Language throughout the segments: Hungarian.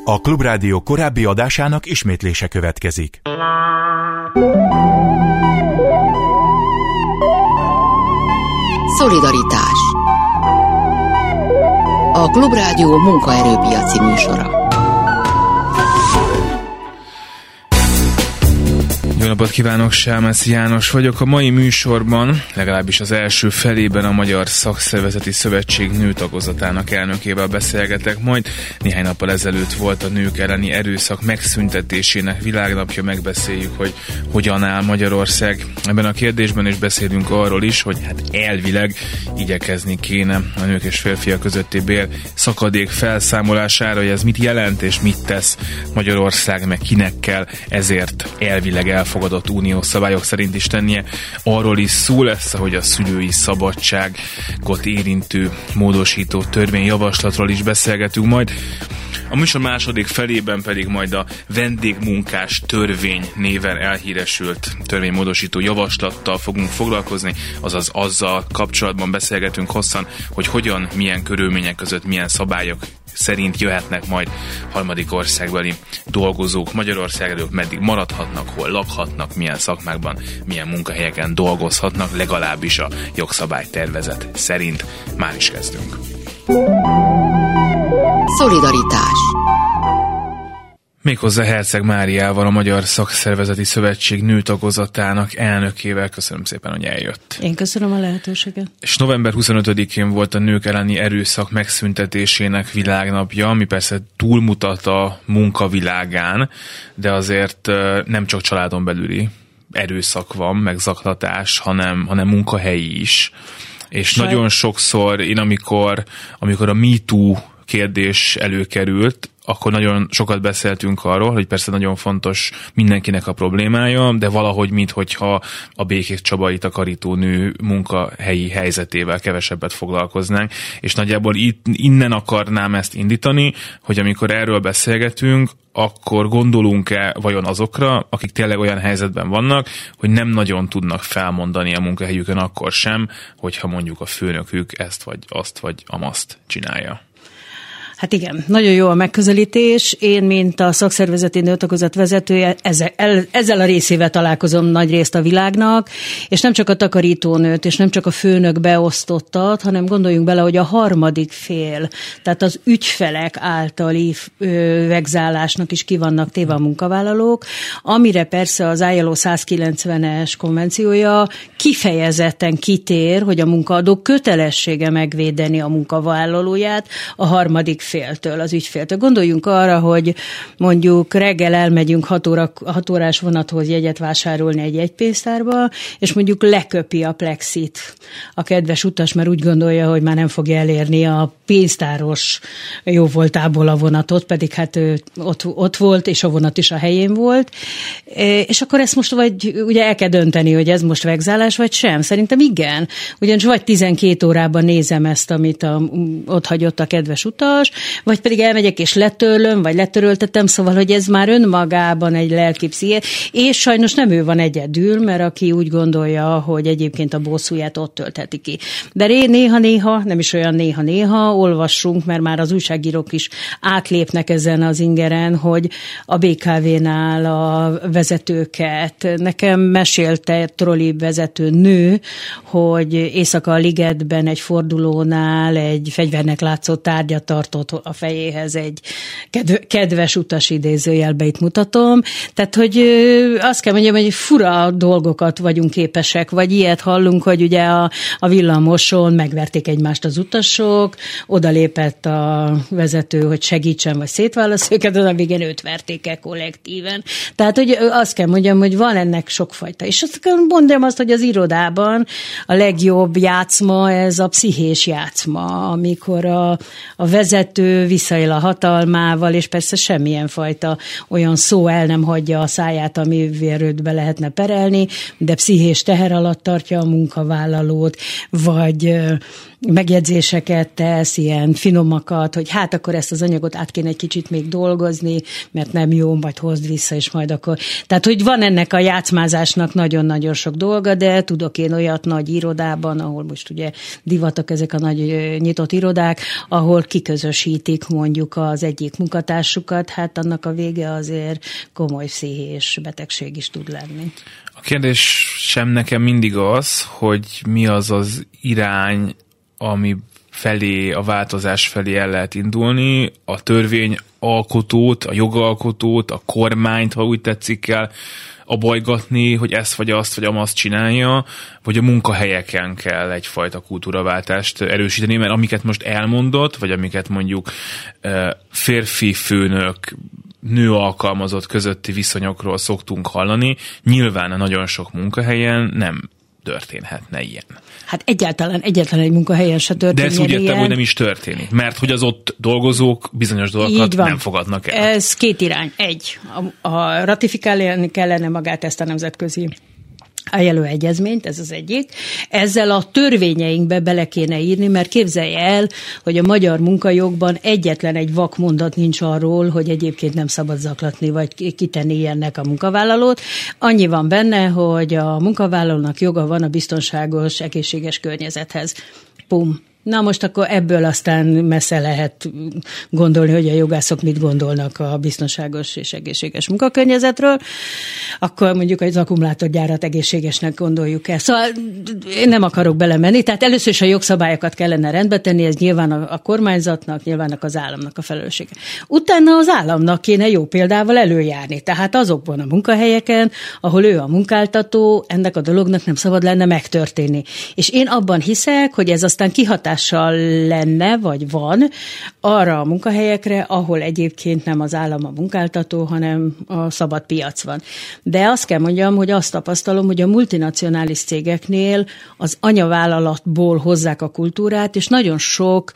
A Klubrádió korábbi adásának ismétlése következik. Szolidaritás. A Klubrádió munkaerőpiaci műsora. Jó napot kívánok, Sámesz János vagyok. A mai műsorban, legalábbis az első felében a Magyar Szakszervezeti Szövetség nőtagozatának elnökével beszélgetek, majd néhány nappal ezelőtt volt a nők elleni erőszak megszüntetésének világnapja, megbeszéljük, hogy hogyan áll Magyarország ebben a kérdésben, és beszélünk arról is, hogy hát elvileg igyekezni kéne a nők és férfiak közötti bér szakadék felszámolására, hogy ez mit jelent és mit tesz Magyarország, meg kinek kell ezért elvileg elfogadott uniós szabályok szerint is tennie. Arról is szó lesz, hogy a szülői szabadságot érintő módosító törvényjavaslatról is beszélgetünk majd. A műsor második felében pedig majd a vendégmunkás törvény néven elhíresült törvénymódosító javaslattal fogunk foglalkozni, azaz azzal kapcsolatban beszélgetünk hosszan, hogy hogyan, milyen körülmények között, milyen szabályok szerint jöhetnek majd harmadik országbeli dolgozók Magyarországra, ők meddig maradhatnak, hol lakhatnak, milyen szakmákban, milyen munkahelyeken dolgozhatnak, legalábbis a jogszabálytervezet szerint. Már is kezdünk. Szolidaritás. Méghozzá Herceg Máriával, a Magyar Szakszervezeti Szövetség nőtagozatának elnökével. Köszönöm szépen, hogy eljött. Én köszönöm a lehetőséget. És november 25-én volt a nők elleni erőszak megszüntetésének világnapja, ami persze túlmutat a munkavilágán, de azért nem csak családon belüli erőszak van, meg zaklatás, hanem munkahelyi is. És nagyon sokszor én, amikor a MeToo kérdés előkerült, akkor nagyon sokat beszéltünk arról, hogy persze nagyon fontos mindenkinek a problémája, de valahogy minthogyha a Békés Csabai takarító nő munkahelyi helyzetével kevesebbet foglalkoznánk, és nagyjából innen akarnám ezt indítani, hogy amikor erről beszélgetünk, akkor gondolunk-e vajon azokra, akik tényleg olyan helyzetben vannak, hogy nem nagyon tudnak felmondani a munkahelyükön akkor sem, hogyha mondjuk a főnökük ezt vagy azt vagy amazt csinálja. Hát igen, nagyon jó a megközelítés. Én, mint a szakszervezeti nőtagozat vezetője, ezzel a részével találkozom nagy részt a világnak, és nem csak a takarítónőt, és nem csak a főnök beosztottat, hanem gondoljunk bele, hogy a harmadik fél, tehát az ügyfelek általi vegzálásnak is ki vannak téve a munkavállalók, amire persze az ILO 190-es konvenciója kifejezetten kitér, hogy a munkaadó kötelessége megvédeni a munkavállalóját a harmadik féltől, az ügyféltől. Gondoljunk arra, hogy mondjuk reggel elmegyünk 6 órás vonathoz jegyet vásárolni egy jegypénztárba, és mondjuk leköpi a plexit a kedves utas, mert úgy gondolja, hogy már nem fogja elérni a pénztáros jóvoltából a vonatot, pedig hát ő ott volt, és a vonat is a helyén volt. És akkor ezt most ugye el kell dönteni, hogy ez most vegzálás, vagy sem. Szerintem igen. Ugyanis vagy 12 órában nézem ezt, amit ott hagyott a kedves utas, vagy pedig elmegyek és letörlöm, vagy letöröltetem, szóval, hogy ez már önmagában egy lelki psziché, és sajnos nem ő van egyedül, mert aki úgy gondolja, hogy egyébként a bosszúját ott töltheti ki. De néha-néha, nem is olyan néha-néha, olvassunk, mert már az újságírók is átlépnek ezen az ingeren, hogy a BKV-nál a vezetőket, nekem mesélte trolli vezető nő, hogy Éjszaka-ligetben egy fordulónál egy fegyvernek látszó tárgyat tartott a fejéhez egy kedves utas, idézőjelbe itt mutatom. Tehát, hogy azt kell mondjam, hogy fura dolgokat vagyunk képesek, vagy ilyet hallunk, hogy ugye a villamoson megverték egymást az utasok, odalépett a vezető, hogy segítsen, vagy szétválasz őket, de a végén őt verték el kollektíven. Tehát, hogy azt kell mondjam, hogy van ennek sokfajta. És azt kell mondjam azt, hogy az irodában a legjobb játszma, ez a pszichés játszma, amikor a vezető visszaél a hatalmával, és persze semmilyen fajta olyan szó el nem hagyja a száját, amivel őt be lehetne perelni, de pszichés teher alatt tartja a munkavállalót, vagy megjegyzéseket tesz, ilyen finomakat, hogy hát akkor ezt az anyagot át kéne egy kicsit még dolgozni, mert nem jó, majd hozd vissza, és majd akkor... Tehát, hogy van ennek a játszmázásnak nagyon-nagyon sok dolga, de tudok én olyat nagy irodában, ahol most ugye divatok ezek a nagy nyitott irodák, ahol kiközösítik mondjuk az egyik munkatársukat, hát annak a vége azért komoly pszichés betegség is tud lenni. A kérdés sem nekem mindig az, hogy mi az az irány, ami felé, a változás felé el lehet indulni, a törvényalkotót, a jogalkotót, a kormányt, ha úgy tetszik, kell abajgatni, hogy ezt vagy azt vagy amazt csinálja, vagy a munkahelyeken kell egyfajta kultúraváltást erősíteni, mert amiket most elmondott, vagy amiket mondjuk férfi főnök, nő alkalmazott közötti viszonyokról szoktunk hallani, nyilván a nagyon sok munkahelyen nem történhetne ilyen. Hát egyáltalán egyetlen egy munkahelyen se történik. De ezt úgy értem, hogy nem is történik, mert hogy az ott dolgozók bizonyos dolgokat nem fogadnak el. Ez két irány. Egy, a ratifikálni kellene magát ezt a nemzetközi ILO egyezményt, ez az egyik. Ezzel a törvényeinkbe bele kéne írni, mert képzelje el, hogy a magyar munkajogban egyetlen egy vakmondat nincs arról, hogy egyébként nem szabad zaklatni, vagy kitenni ilyennek a munkavállalót. Annyi van benne, hogy a munkavállalónak joga van a biztonságos, egészséges környezethez. Pum. Na most akkor ebből aztán messze lehet gondolni, hogy a jogászok mit gondolnak a biztonságos és egészséges munkakörnyezetről, akkor mondjuk az akkumulátorgyárat egészségesnek gondoljuk el. Szóval én nem akarok belemenni, tehát először is a jogszabályokat kellene rendbe tenni, ez nyilván a kormányzatnak, nyilván az államnak a felelőssége. Utána az államnak kéne jó példával előjárni, tehát azokban a munkahelyeken, ahol ő a munkáltató, ennek a dolognak nem szabad lenne megtörténni. És én abban hiszek, hogy ez aztán kihatással lenne, vagy van arra a munkahelyekre, ahol egyébként nem az állam a munkáltató, hanem a szabad piac van. De azt kell mondjam, hogy azt tapasztalom, hogy a multinacionális cégeknél az anyavállalatból hozzák a kultúrát, és nagyon sok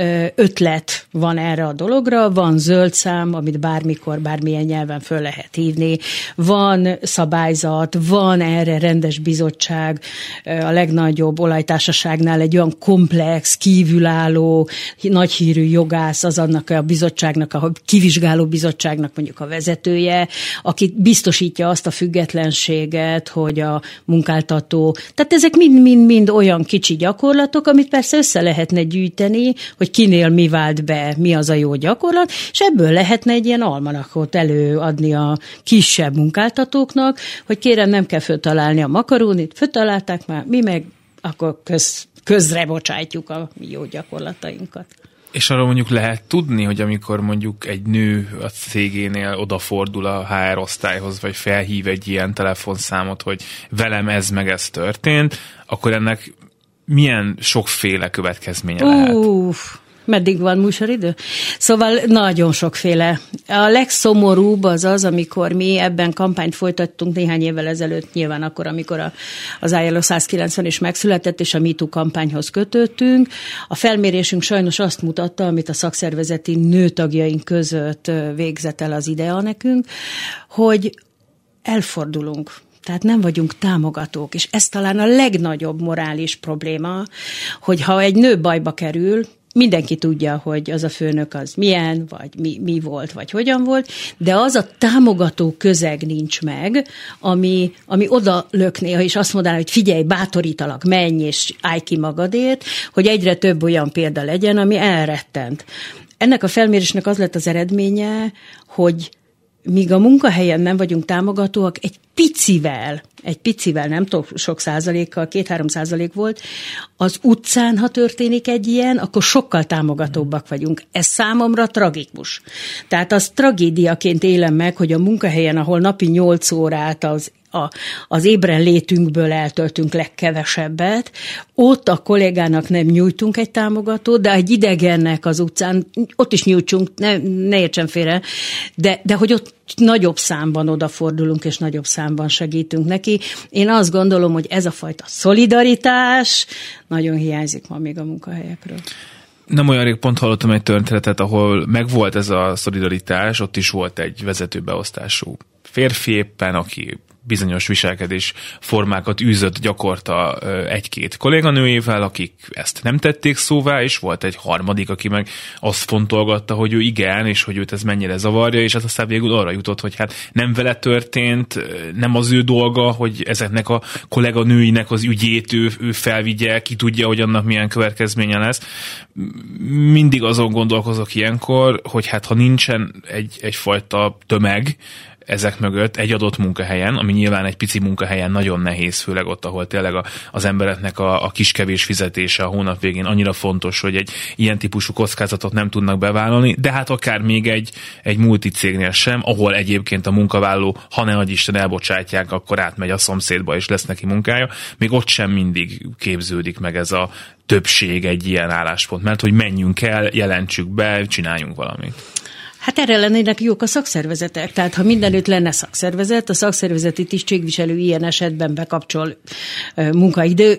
ötlet van erre a dologra, van zöld szám, amit bármikor, bármilyen nyelven föl lehet hívni, van szabályzat, van erre rendes bizottság, a legnagyobb olajtársaságnál egy olyan komplex, kívülálló, nagyhírű jogász, az annak a bizottságnak, a kivizsgáló bizottságnak mondjuk a vezetője, aki biztosítja azt a függetlenséget, hogy a munkáltató, tehát ezek mind olyan kicsi gyakorlatok, amit persze össze lehetne gyűjteni, hogy kinél mi vált be, mi az a jó gyakorlat, és ebből lehetne egy ilyen almanakot előadni a kisebb munkáltatóknak, hogy kérem, nem kell föltalálni a makarónit, föltalálták már, mi meg akkor közre bocsájtjuk a jó gyakorlatainkat. És arról mondjuk lehet tudni, hogy amikor mondjuk egy nő a cégénél odafordul a HR osztályhoz, vagy felhív egy ilyen telefonszámot, hogy velem ez meg ez történt, akkor ennek milyen sokféle következménye lehet? Meddig van műsoridő? Szóval nagyon sokféle. A legszomorúbb az, amikor mi ebben kampányt folytattunk néhány évvel ezelőtt, nyilván akkor, amikor az ILO 190 is megszületett, és a MeToo kampányhoz kötöttünk. A felmérésünk sajnos azt mutatta, amit a szakszervezeti nőtagjaink között végzett el az IDEA nekünk, hogy elfordulunk. Tehát nem vagyunk támogatók, és ez talán a legnagyobb morális probléma, hogy ha egy nő bajba kerül, mindenki tudja, hogy az a főnök az milyen, vagy mi volt, vagy hogyan volt, de az a támogató közeg nincs meg, ami oda lökné, és azt mondaná, hogy figyelj, bátorítalak, menj, és állj ki magadért, hogy egyre több olyan példa legyen, ami elrettent. Ennek a felmérésnek az lett az eredménye, hogy míg a munkahelyen nem vagyunk támogatóak, egy picivel, nem tudom, sok százalékkal, 2-3% volt, az utcán, ha történik egy ilyen, akkor sokkal támogatóbbak vagyunk. Ez számomra tragikus. Tehát az tragédiaként élem meg, hogy a munkahelyen, ahol napi 8 órát az ébren létünkből eltöltünk legkevesebbet, ott a kollégának nem nyújtunk egy támogatót, de egy idegennek az utcán, ott is nyújtsunk, ne értsen félre, de hogy ott nagyobb számban odafordulunk, és nagyobb számban segítünk neki. Én azt gondolom, hogy ez a fajta szolidaritás nagyon hiányzik ma még a munkahelyekről. Nem olyan rég pont hallottam egy történetet, ahol megvolt ez a szolidaritás, ott is volt egy vezetőbeosztású férfi éppen, aki bizonyos viselkedés formákat űzött gyakorta egy-két kolléganőjével, akik ezt nem tették szóvá, és volt egy harmadik, aki meg azt fontolgatta, hogy ő igen, és hogy őt ez mennyire zavarja, és hát aztán végül arra jutott, hogy hát nem vele történt, nem az ő dolga, hogy ezeknek a kolléganőinek az ügyét ő felvigye, ki tudja, hogy annak milyen következménye lesz. Mindig azon gondolkozok ilyenkor, hogy hát ha nincsen egyfajta tömeg ezek mögött egy adott munkahelyen, ami nyilván egy pici munkahelyen nagyon nehéz, főleg ott, ahol tényleg az embereknek a kiskevés fizetése a hónap végén annyira fontos, hogy egy ilyen típusú kockázatot nem tudnak bevállalni, de hát akár még egy multicégnél sem, ahol egyébként a munkavállaló, ha ne adj Isten elbocsátják, akkor átmegy a szomszédba és lesz neki munkája, még ott sem mindig képződik meg ez a többség egy ilyen álláspont, mert hogy menjünk el, jelentsük be, csináljunk valamit. Hát erre lennének jók a szakszervezetek. Tehát ha mindenütt lenne szakszervezet, a szakszervezeti tisztségviselő ilyen esetben bekapcsol munkaidő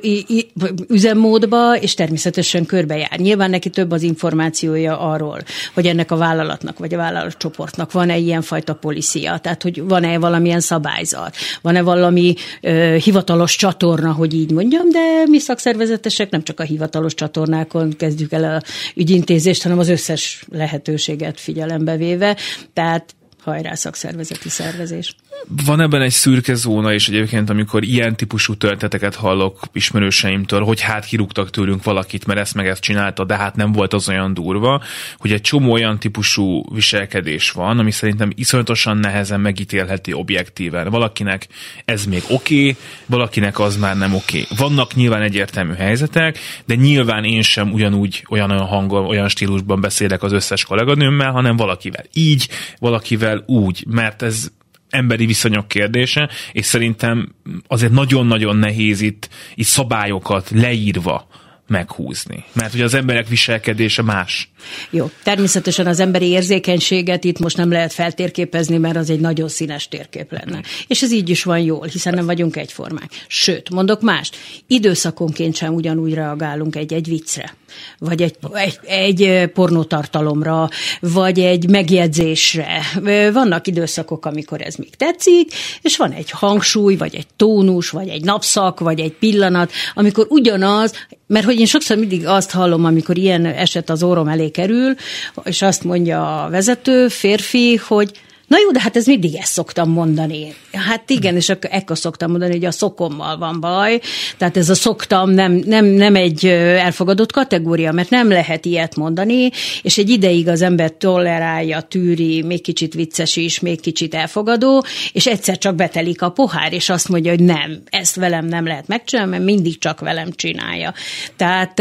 üzemmódba, és természetesen körbejár. Nyilván neki több az információja arról, hogy ennek a vállalatnak vagy a vállalatcsoportnak van-e ilyenfajta policia, tehát hogy van-e valamilyen szabályzat, van-e valami hivatalos csatorna, hogy így mondjam, de mi szakszervezetesek nem csak a hivatalos csatornákon kezdjük el a ügyintézést, hanem az összes lehetőséget figyelembe véve, tehát hajrá szakszervezeti szervezés. Van ebben egy szürke zóna is egyébként, amikor ilyen típusú történeteket hallok ismerőseimtől, hogy hát kirúgtak tőlünk valakit, mert ezt meg ezt csinálta, de hát nem volt az olyan durva, hogy egy csomó olyan típusú viselkedés van, ami szerintem iszonyatosan nehezen megítélheti objektíven. Valakinek ez még oké, valakinek az már nem oké. Vannak nyilván egyértelmű helyzetek, de nyilván én sem ugyanúgy, olyan hangon, olyan stílusban beszélek az összes kolléganőmmel, hanem valakivel így, valakivel úgy, mert ez emberi viszonyok kérdése, és szerintem azért nagyon-nagyon nehéz itt szabályokat leírva meghúzni. Mert ugye az emberek viselkedése más. Jó, természetesen az emberi érzékenységet itt most nem lehet feltérképezni, mert az egy nagyon színes térkép lenne. És ez így is van jól, hiszen nem vagyunk egyformák. Sőt, mondok mást, időszakonként sem ugyanúgy reagálunk egy viccre, vagy egy pornótartalomra, vagy egy megjegyzésre. Vannak időszakok, amikor ez még tetszik, és van egy hangsúly, vagy egy tónus, vagy egy napszak, vagy egy pillanat, amikor ugyanaz, mert hogy én sokszor mindig azt hallom, amikor ilyen eset az orrom elé kerül, és azt mondja a vezető férfi, hogy na jó, de hát ez mindig ezt szoktam mondani. Hát igen, és ekkor szoktam mondani, hogy a szokommal van baj. Tehát ez a szoktam nem egy elfogadott kategória, mert nem lehet ilyet mondani, és egy ideig az ember tolerálja, tűri, még kicsit vicces is, még kicsit elfogadó, és egyszer csak betelik a pohár, és azt mondja, hogy nem, ezt velem nem lehet megcsinálni, mert mindig csak velem csinálja. Tehát,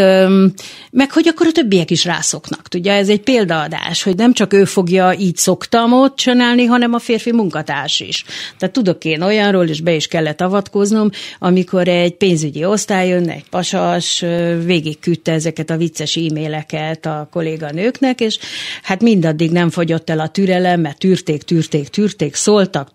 meg hogy akkor a többiek is rászoknak. Tudja, ez egy példaadás, hogy nem csak ő fogja így szoktamot csinálni, hanem a férfi munkatárs is. Tehát tudok én olyanról, és be is kellett avatkoznom, amikor egy pénzügyi osztályon egy pasas végigküldte ezeket a vicces e-maileket a kolléganőknek, és hát mindaddig nem fogyott el a türelem, mert tűrték, szóltak,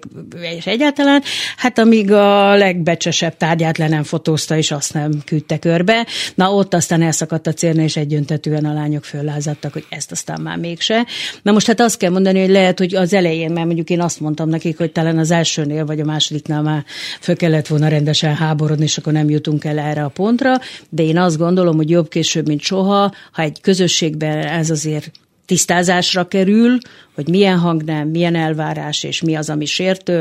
és egyáltalán, hát amíg a legbecsesebb tárgyát le nem fotózta, és azt nem küldte körbe. Na ott aztán elszakadt a cérna, és egyöntetűen a lányok föllázadtak, hogy ezt aztán már mégse. Na most hát azt kell mondani, hogy lehet, hogy az elején, mert mondjuk én azt mondtam nekik, hogy talán az elsőnél vagy a másodiknál már föl kellett volna rendesen háborodni, és akkor nem jutunk el erre a pontra, de én azt gondolom, hogy jobb később, mint soha, ha egy közösségben ez azért tisztázásra kerül, hogy milyen hangnem, milyen elvárás, és mi az, ami sértő,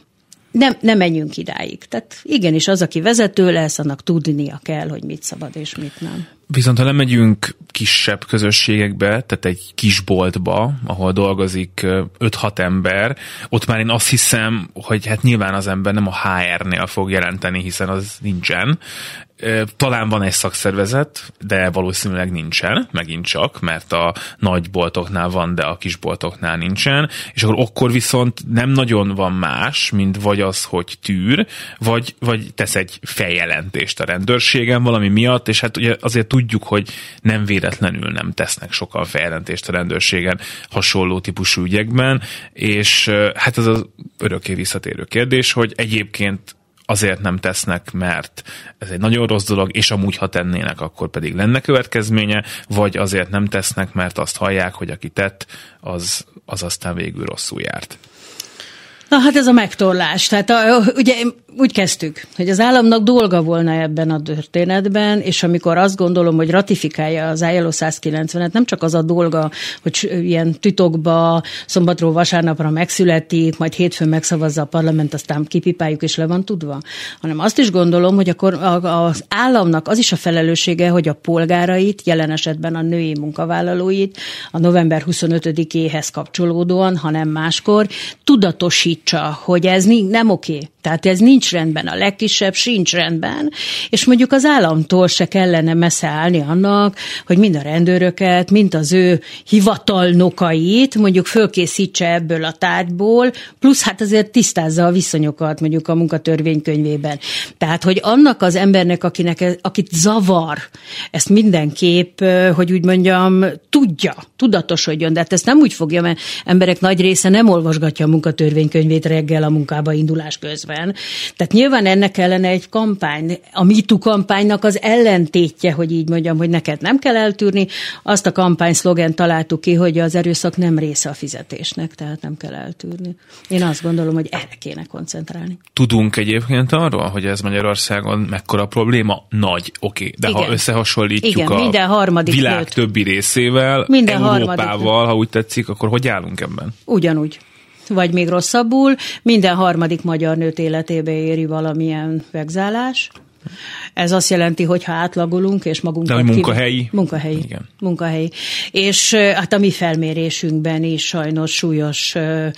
nem menjünk idáig. Tehát igenis az, aki vezető lesz, annak tudnia kell, hogy mit szabad és mit nem. Viszont ha lemegyünk kisebb közösségekbe, tehát egy kisboltba, ahol dolgozik 5-6 ember, ott már én azt hiszem, hogy hát nyilván az ember nem a HR-nél fog jelenteni, hiszen az nincsen. Talán van egy szakszervezet, de valószínűleg nincsen, megint csak, mert a nagy boltoknál van, de a kis boltoknál nincsen, és akkor viszont nem nagyon van más, mint vagy az, hogy tűr, vagy tesz egy feljelentést a rendőrségen valami miatt, és hát ugye azért tudjuk, hogy nem véletlenül nem tesznek sokan feljelentést a rendőrségen hasonló típusú ügyekben, és hát ez az örökké visszatérő kérdés, hogy egyébként azért nem tesznek, mert ez egy nagyon rossz dolog, és amúgy, ha tennének, akkor pedig lenne következménye, vagy azért nem tesznek, mert azt hallják, hogy aki tett, az aztán végül rosszul járt. Na hát ez a megtorlás. Tehát ugye úgy kezdtük, hogy az államnak dolga volna ebben a történetben, és amikor azt gondolom, hogy ratifikálja az ILO 190-et, nem csak az a dolga, hogy ilyen titokba szombatról vasárnapra megszületik, majd hétfőn megszavazza a parlament, aztán kipipáljuk és le van tudva, hanem azt is gondolom, hogy akkor az államnak az is a felelőssége, hogy a polgárait, jelen esetben a női munkavállalóit a november 25-éhez kapcsolódóan, hanem máskor tudatosítsa, hogy ez nem oké. Tehát ez nincs rendben, a legkisebb sincs rendben, és mondjuk az államtól se kellene messze állni annak, hogy mind a rendőröket, mind az ő hivatalnokait mondjuk fölkészítse ebből a tárgyból, plusz hát azért tisztázza a viszonyokat mondjuk a munkatörvénykönyvében. Tehát, hogy annak az embernek, akit zavar, ezt mindenképp, hogy úgy mondjam, tudatosodjon, de hát ezt nem úgy fogja, mert emberek nagy része nem olvasgatja a munkatörvénykönyvét reggel a munkába indulás közben. Tehát nyilván ennek kellene egy kampány, a MeToo kampánynak az ellentétje, hogy így mondjam, hogy neked nem kell eltűrni. Azt a kampány szlogent találtuk ki, hogy az erőszak nem része a fizetésnek, tehát nem kell eltűrni. Én azt gondolom, hogy erre kéne koncentrálni. Tudunk egyébként arról, hogy ez Magyarországon mekkora probléma? Nagy, oké. De igen, ha összehasonlítjuk a világ többi részével, Európával, ha úgy tetszik, akkor hogy állunk ebben? Ugyanúgy. Vagy még rosszabbul, minden harmadik magyar nőt életébe éri valamilyen vegzálás. Ez azt jelenti, hogy ha átlagolunk, és magunkat... De munkahelyi? Munkahelyi. És hát a mi felmérésünkben is sajnos súlyos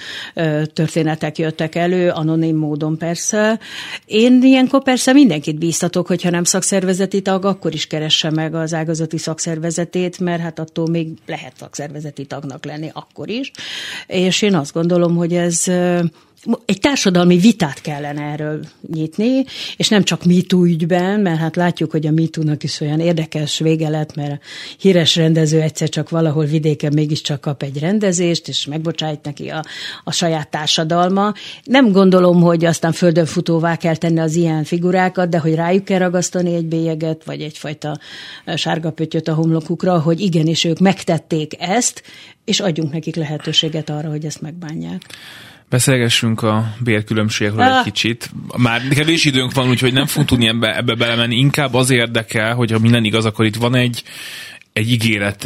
történetek jöttek elő, anonim módon persze. Én ilyenkor persze mindenkit bíztatok, hogyha nem szakszervezeti tag, akkor is keresse meg az ágazati szakszervezetét, mert hát attól még lehet szakszervezeti tagnak lenni akkor is. És én azt gondolom, hogy ez... egy társadalmi vitát kellene erről nyitni, és nem csak MeToo ügyben, mert hát látjuk, hogy a MeToo-nak is olyan érdekes vége lett, mert a híres rendező egyszer csak valahol vidéken mégiscsak kap egy rendezést, és megbocsájt neki a saját társadalma. Nem gondolom, hogy aztán földön futóvá kell tenni az ilyen figurákat, de hogy rájuk kell ragasztani egy bélyeget, vagy egyfajta sárga pöttyöt a homlokukra, hogy igenis ők megtették ezt, és adjunk nekik lehetőséget arra, hogy ezt megbánják. Beszélgessünk a bérkülönbségről egy kicsit. Már kevés időnk van, úgyhogy nem fogunk tudni ebbe belemenni. Inkább az érdekel, hogy ha minden igaz, akkor itt van egy ígéret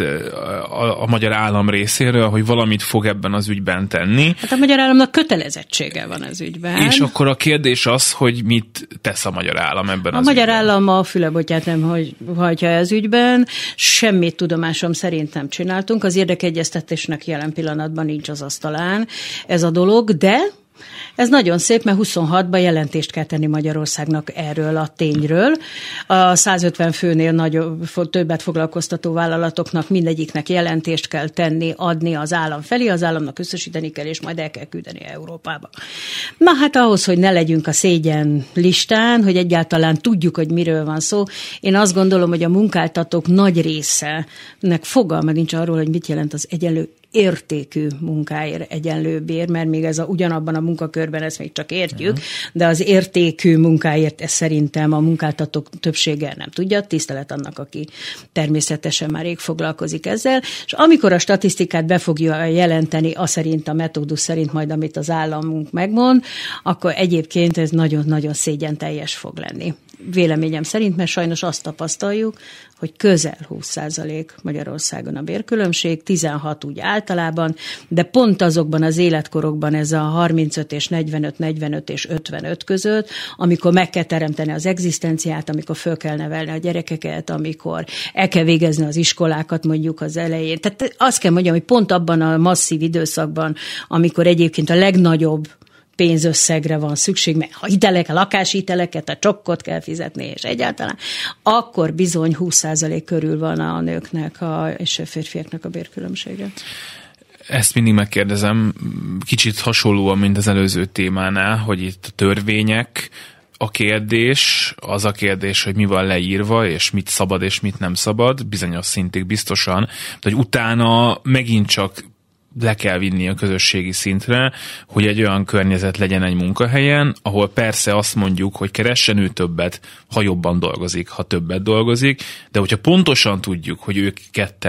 a magyar állam részéről, hogy valamit fog ebben az ügyben tenni. Hát a magyar államnak kötelezettsége van az ügyben. És akkor a kérdés az, hogy mit tesz a magyar állam ebben az ügyben. A magyar állam a fülebotját nem hagyja ez ügyben, semmit tudomásom szerint nem csináltunk. Az érdekegyeztetésnek jelen pillanatban nincs az asztalán ez a dolog, de ez nagyon szép, mert 26-ban jelentést kell tenni Magyarországnak erről a tényről. A 150 főnél többet foglalkoztató vállalatoknak mindegyiknek jelentést kell tenni, adni az állam felé, az államnak összesíteni kell, és majd el kell küldeni Európába. Na hát ahhoz, hogy ne legyünk a szégyen listán, hogy egyáltalán tudjuk, hogy miről van szó, én azt gondolom, hogy a munkáltatók nagy részének fogalma nincs arról, hogy mit jelent az egyenlő értékű munkáért egyenlő bér, mert még ez ugyanabban a munkakörben ezt még csak értjük, de az értékű munkáért ezt szerintem a munkáltatók többsége nem tudja, tisztelet annak, aki természetesen már rég foglalkozik ezzel, és amikor a statisztikát be fogja jelenteni, a metódus szerint majd, amit az államunk megmond, akkor egyébként ez nagyon-nagyon szégyenteljes fog lenni. Véleményem szerint, mert sajnos azt tapasztaljuk, hogy közel 20% Magyarországon a bérkülönbség, 16 úgy általában, de pont azokban az életkorokban ez a 35 és 45 és 55 között, amikor meg kell teremteni az egzisztenciát, amikor föl kell nevelni a gyerekeket, amikor el kell végezni az iskolákat mondjuk az elején. Tehát azt kell mondjam, hogy pont abban a masszív időszakban, amikor egyébként a legnagyobb pénzösszegre van szükség, mert ha lakáshiteleket, a csokkot kell fizetni, és egyáltalán, akkor bizony 20% körül van a nőknek és a férfiaknak a bérkülönbsége. Ezt mindig megkérdezem, kicsit hasonlóan, mint az előző témánál, hogy itt a törvények, a kérdés, hogy mi van leírva, és mit szabad, és mit nem szabad, bizonyos szintig biztosan, de hogy utána megint csak le kell vinni a közösségi szintre, hogy egy olyan környezet legyen egy munkahelyen, ahol persze azt mondjuk, hogy keressen ő többet, ha jobban dolgozik, ha többet dolgozik, de hogyha pontosan tudjuk, hogy ők ketten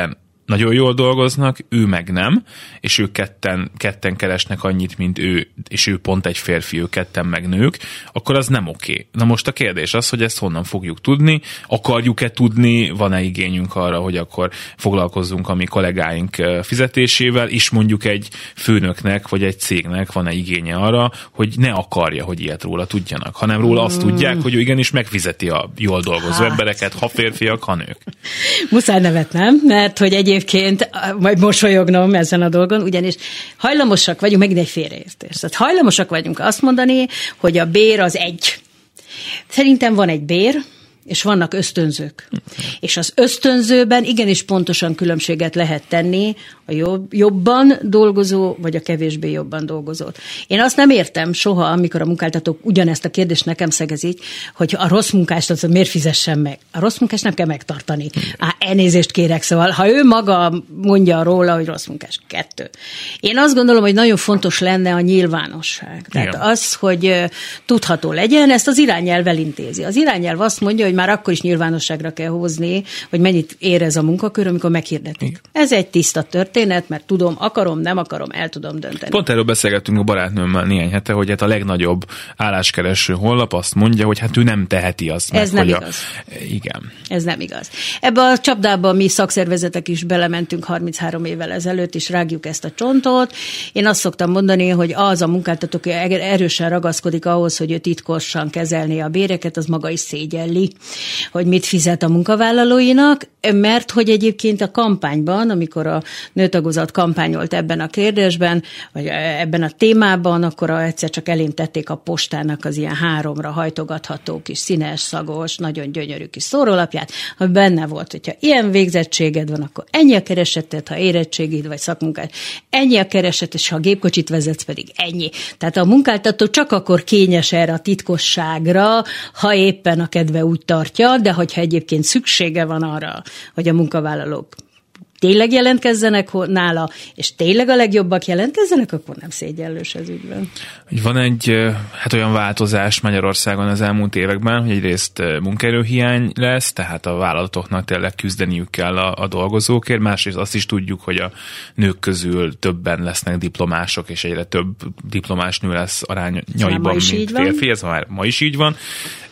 nagyon jól dolgoznak, ő meg nem, és ők ketten keresnek annyit, mint ő, és ő pont egy férfi, ő ketten meg nők, akkor az nem oké. Na most a kérdés az, hogy ezt honnan fogjuk tudni, akarjuk-e tudni, van-e igényünk arra, hogy akkor foglalkozzunk a mi kollégáink fizetésével, és mondjuk egy főnöknek, vagy egy cégnek van-e igénye arra, hogy ne akarja, hogy ilyet róla tudjanak, hanem róla azt tudják, hogy ő igenis megfizeti a jól dolgozó embereket, ha férfiak, ha nők. Muszáj nevetnem, mert hogy egyébként majd mosolyognom ezen a dolgon, ugyanis hajlamosak vagyunk, megint egy félreértés. Tehát hajlamosak vagyunk azt mondani, hogy a bér az egy. Szerintem van egy bér, és vannak ösztönzők. És az ösztönzőben igenis pontosan különbséget lehet tenni a jobban dolgozó, vagy a kevésbé jobban dolgozót. Én azt nem értem soha, amikor a munkáltatók ugyanezt a kérdést nekem szegezik, hogy a rossz munkást az miért fizessen meg. A rossz munkást nem kell megtartani. Elnézést kérek, szóval ha ő maga mondja róla, hogy rossz munkás, 2. Én azt gondolom, hogy nagyon fontos lenne a nyilvánosság. Tehát az, hogy tudható legyen, ezt az irányelv elintézi. Az irányelv azt mondja, hogy már akkor is nyilvánosságra kell hozni, hogy mennyit ér ez a munkakör, amikor meghirdetik. Ez egy tiszta történet, mert tudom, akarom, nem akarom, el tudom dönteni. Pont erről beszélgettünk a barátnőmmel néhány hete, hogy hát a legnagyobb álláskereső honlap azt mondja, hogy hát ő nem teheti azt meg. Ez nem igaz. Igen. Ez nem igaz. Ebbe a csapdába mi szakszervezetek is belementünk 33 évvel ezelőtt, és rágjuk ezt a csontot. Én azt szoktam mondani, hogy az a munkáltató, aki erősen ragaszkodik ahhoz, hogy ő titkosan kezelné a béreket, az maga is szégyelli, hogy mit fizet a munkavállalóinak, mert hogy egyébként a kampányban, amikor a nőtagozat kampányolt ebben a kérdésben, vagy ebben a témában, akkor egyszer csak elém tették a postának az ilyen 3-ra hajtogatható kis színes, szagos, nagyon gyönyörű kis szórólapját, hogy benne volt, hogyha ilyen végzettséged van, akkor ennyi a kereseted, ha érettségid vagy szakmunkád, ennyi a kereset, és ha gépkocsit vezetsz, pedig ennyi. Tehát a munkáltató csak akkor kényes erre a titkosságra, ha éppen a kedve úgy tartja, de hogyha egyébként szüksége van arra, hogy a munkavállalók tényleg jelentkezzenek nála, és tényleg a legjobbak jelentkezzenek, akkor nem szégyellős ez ügyben. Van egy olyan változás Magyarországon az elmúlt években, hogy egyrészt munkaerőhiány lesz, tehát a vállalatoknak tényleg küzdeniük kell a dolgozókért, másrészt azt is tudjuk, hogy a nők közül többen lesznek diplomások, és egyre több diplomás nő lesz arányaiban, mint férfi. Ez már ma is így van.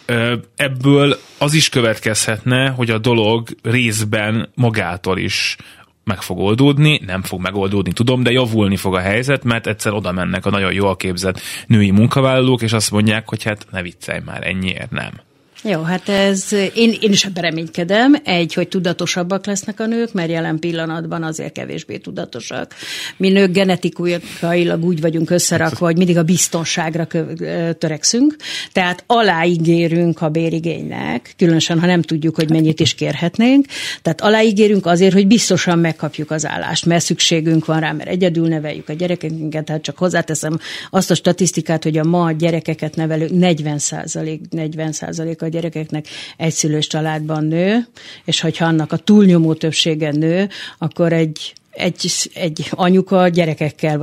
Ebből az is következhetne, hogy a dolog részben magától is meg fog oldódni, nem fog megoldódni, tudom, de javulni fog a helyzet, mert egyszer oda mennek a nagyon jól képzett női munkavállalók, és azt mondják, hogy hát ne viccelj már, ennyiért nem. Jó, hát én is ebben reménykedem, hogy tudatosabbak lesznek a nők, mert jelen pillanatban azért kevésbé tudatosak. Mi nők genetikailag úgy vagyunk összerakva, hogy mindig a biztonságra törekszünk, tehát aláígérünk a bérigénynek, különösen, ha nem tudjuk, hogy mennyit is kérhetnénk, tehát aláígérünk azért, hogy biztosan megkapjuk az állást, mert szükségünk van rá, mert egyedül neveljük a gyerekeinket, tehát csak hozzáteszem azt a statisztikát, hogy a ma gyerekeket nevelők 40% a gyerekeknek egyszülős családban nő, és hogyha annak a túlnyomó többsége nő, akkor egy anyuka gyerekekkel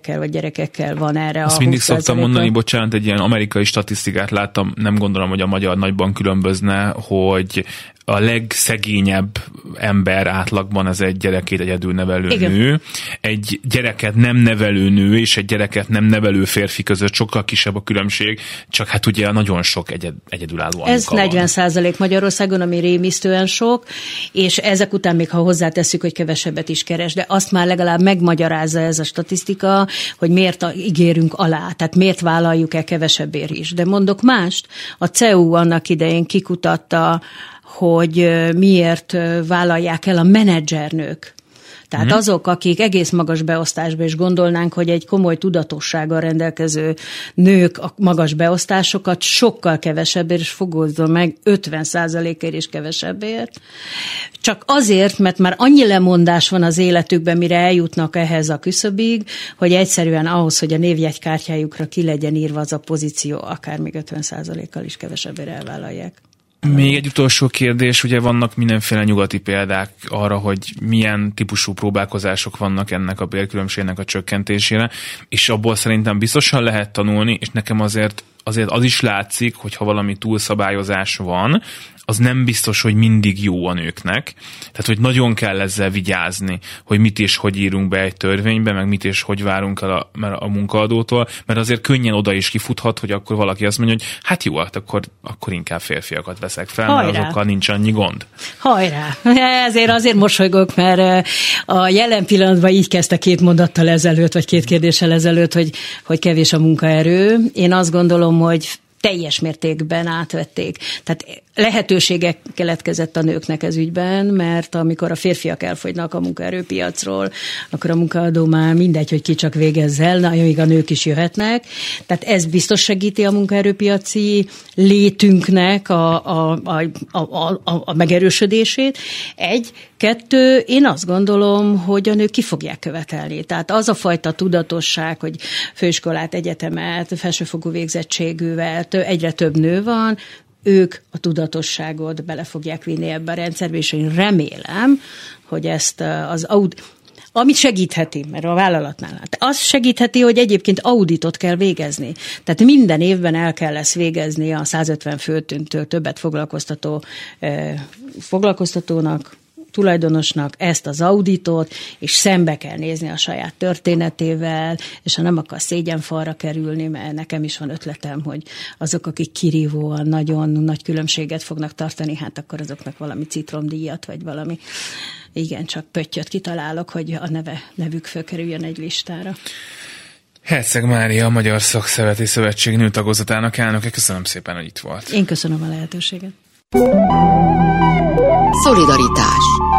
van erre. Azt mindig szoktam mondani, bocsánat, egy ilyen amerikai statisztikát láttam, nem gondolom, hogy a magyar nagyban különbözne, hogy a legszegényebb ember átlagban az egy gyerekét egyedül nevelő nő. Egy gyereket nem nevelő nő és egy gyereket nem nevelő férfi között sokkal kisebb a különbség, csak hát ugye nagyon sok egyedülálló anyuka ez 40% Magyarországon, ami rémisztően sok, és ezek után még ha hozzátesszük, hogy kevesebbet is keres, de azt már legalább megmagyarázza ez a statisztika, hogy miért ígérünk alá, tehát miért vállaljuk el kevesebbért is. De mondok mást, a CEU annak idején kikutatta, hogy miért vállalják el a menedzsernők. Tehát azok, akik egész magas beosztásba is gondolnánk, hogy egy komoly tudatossággal rendelkező nők a magas beosztásokat sokkal kevesebbért, és fogozzon meg 50%-ért is kevesebbért. Csak azért, mert már annyi lemondás van az életükben, mire eljutnak ehhez a küszöbig, hogy egyszerűen ahhoz, hogy a névjegykártyájukra ki legyen írva az a pozíció, akár még 50%-kal is kevesebbért elvállalják. Még egy utolsó kérdés, ugye vannak mindenféle nyugati példák arra, hogy milyen típusú próbálkozások vannak ennek a bérkülönbségnek a csökkentésére, és abból szerintem biztosan lehet tanulni, és nekem azért azért az is látszik, hogy ha valami túlszabályozás van, az nem biztos, hogy mindig jó a nőknek. Tehát, hogy nagyon kell ezzel vigyázni, hogy mit és hogy írunk be egy törvénybe, meg mit és hogy várunk el a munkaadótól, mert azért könnyen oda is kifuthat, hogy akkor valaki azt mondja, hogy hát jó, akkor inkább férfiakat veszek fel, mert azokkal nincs annyi gond. Hajrá! Azért mosolygok, mert a jelen pillanatban így kezdte 2 mondattal ezelőtt, vagy 2 kérdéssel ezelőtt, hogy kevés a munkaerő. Én azt gondolom, hogy teljes mértékben átvették. Tehát lehetőségek keletkezett a nőknek ez ügyben, mert amikor a férfiak elfogynak a munkaerőpiacról, akkor a munkaadó már mindegy, hogy ki csak végezzel, amíg a nők is jöhetnek. Tehát ez biztos segíti a munkaerőpiaci létünknek a megerősödését. 1, 2, én azt gondolom, hogy a nők ki fogják követelni. Tehát az a fajta tudatosság, hogy főiskolát, egyetemet, felsőfokú végzettségűvel egyre több nő van, ők a tudatosságot bele fogják vinni ebbe a rendszerbe, és én remélem, hogy ezt amit segítheti, mert a vállalatnál, az segítheti, hogy egyébként auditot kell végezni. Tehát minden évben el kell lesz végezni a 150 főtől többet foglalkoztatónak, tulajdonosnak ezt az auditot, és szembe kell nézni a saját történetével, és ha nem akar szégyenfalra kerülni, mert nekem is van ötletem, hogy azok, akik kirívóan nagyon nagy különbséget fognak tartani, hát akkor azoknak valami citromdíjat, vagy valami csak pöttyöt kitalálok, hogy a nevük fölkerüljön egy listára. Herceg Mária, a Magyar Szakszervezeti Szövetség nőtagozatának elnöke, köszönöm szépen, hogy itt volt. Én köszönöm a lehetőséget. Szolidaritás.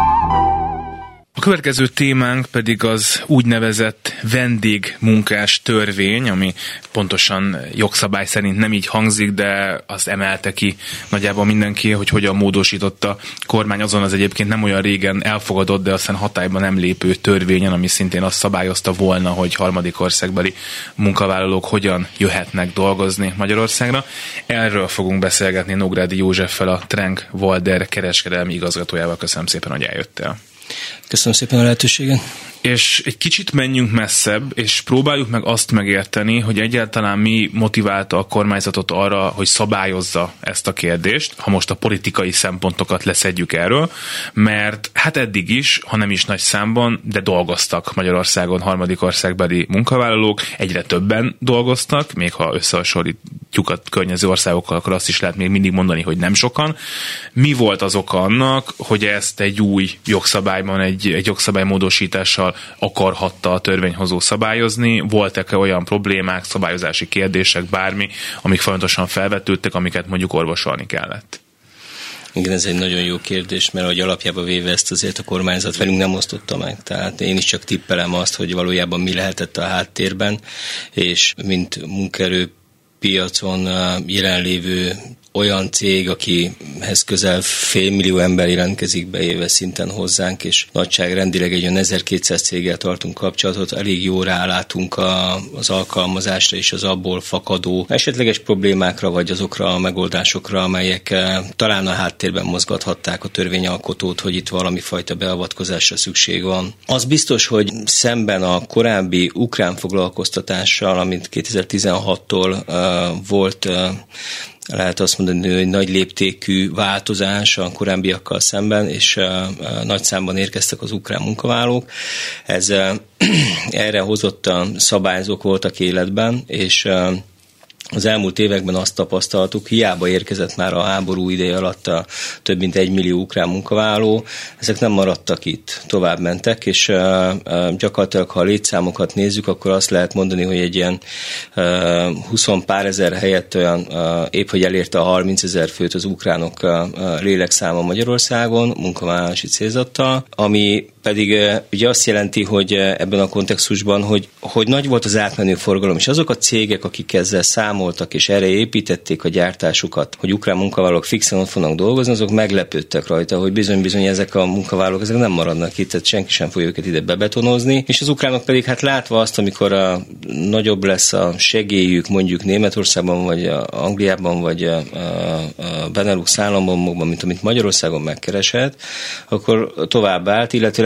A következő témánk pedig az úgynevezett vendégmunkás törvény, ami pontosan jogszabály szerint nem így hangzik, de azt emelte ki nagyjából mindenki, hogy hogyan módosította kormány azon az egyébként nem olyan régen elfogadott, de aztán hatályban nem lépő törvényen, ami szintén azt szabályozta volna, hogy harmadik országbeli munkavállalók hogyan jöhetnek dolgozni Magyarországra. Erről fogunk beszélgetni Nógrádi Józseffel, a Trenk Walder kereskedelmi igazgatójával. Köszönöm szépen, hogy eljöttél. Köszönöm szépen a lehetőséget. És egy kicsit menjünk messzebb, és próbáljuk meg azt megérteni, hogy egyáltalán mi motiválta a kormányzatot arra, hogy szabályozza ezt a kérdést, ha most a politikai szempontokat leszedjük erről, mert hát eddig is, ha nem is nagy számban, de dolgoztak Magyarországon harmadik országbeli munkavállalók, egyre többen dolgoztak, még ha összehasonlítjuk a környező országokkal, akkor azt is lehet még mindig mondani, hogy nem sokan. Mi volt az oka annak, hogy ezt egy új jogszabályban, egy jogszabálymódosítással akarhatta a törvényhozó szabályozni? Voltak-e olyan problémák, szabályozási kérdések, bármi, amik folyamatosan felvetődtek, amiket mondjuk orvosolni kellett? Igen, ez egy nagyon jó kérdés, mert ahogy alapjába véve ezt azért a kormányzat velünk nem osztotta meg. Tehát én is csak tippelem azt, hogy valójában mi lehetett a háttérben, és mint munkaerőpiacon jelenlévő olyan cég, akihez közel 500 000 ember jelentkezik be éves szinten hozzánk, és nagyságrendileg egy olyan 1200 céggel tartunk kapcsolatot, elég jó rálátunk az alkalmazásra és az abból fakadó esetleges problémákra, vagy azokra a megoldásokra, amelyek talán a háttérben mozgathatták a törvényalkotót, hogy itt valami fajta beavatkozásra szükség van. Az biztos, hogy szemben a korábbi ukrán foglalkoztatással, amit 2016-tól volt, lehet azt mondani, hogy nagy léptékű változás a korábbiakkal szemben, és nagy számban érkeztek az ukrán munkavállalók. Erre hozott szabályzók voltak életben, és az elmúlt években azt tapasztaltuk, hiába érkezett már a háború ideje alatt több mint 1 millió ukrán munkavállaló, ezek nem maradtak itt, tovább mentek, és gyakorlatilag, ha a létszámokat nézzük, akkor azt lehet mondani, hogy egy ilyen 20 pár ezer helyett olyan épp, hogy elérte a 30 000 főt az ukránok lélekszáma Magyarországon, munkavállalási célzattal, ami pedig ugye azt jelenti, hogy ebben a kontextusban, hogy nagy volt az átmenő forgalom, és azok a cégek, akik ezzel számoltak, és erre építették a gyártásukat, hogy ukrán munkavállalók fixen ott fognak dolgozni, azok meglepődtek rajta, hogy bizony ezek a munkavállalók ezek nem maradnak itt, tehát senki sem fogja őket ide bebetonozni, és az ukránok pedig hát látva azt, amikor nagyobb lesz a segélyük mondjuk Németországban, vagy Angliában, vagy a Benelux államokban, mint amit Magyarországon megkeresett, akkor tovább állt, illetőleg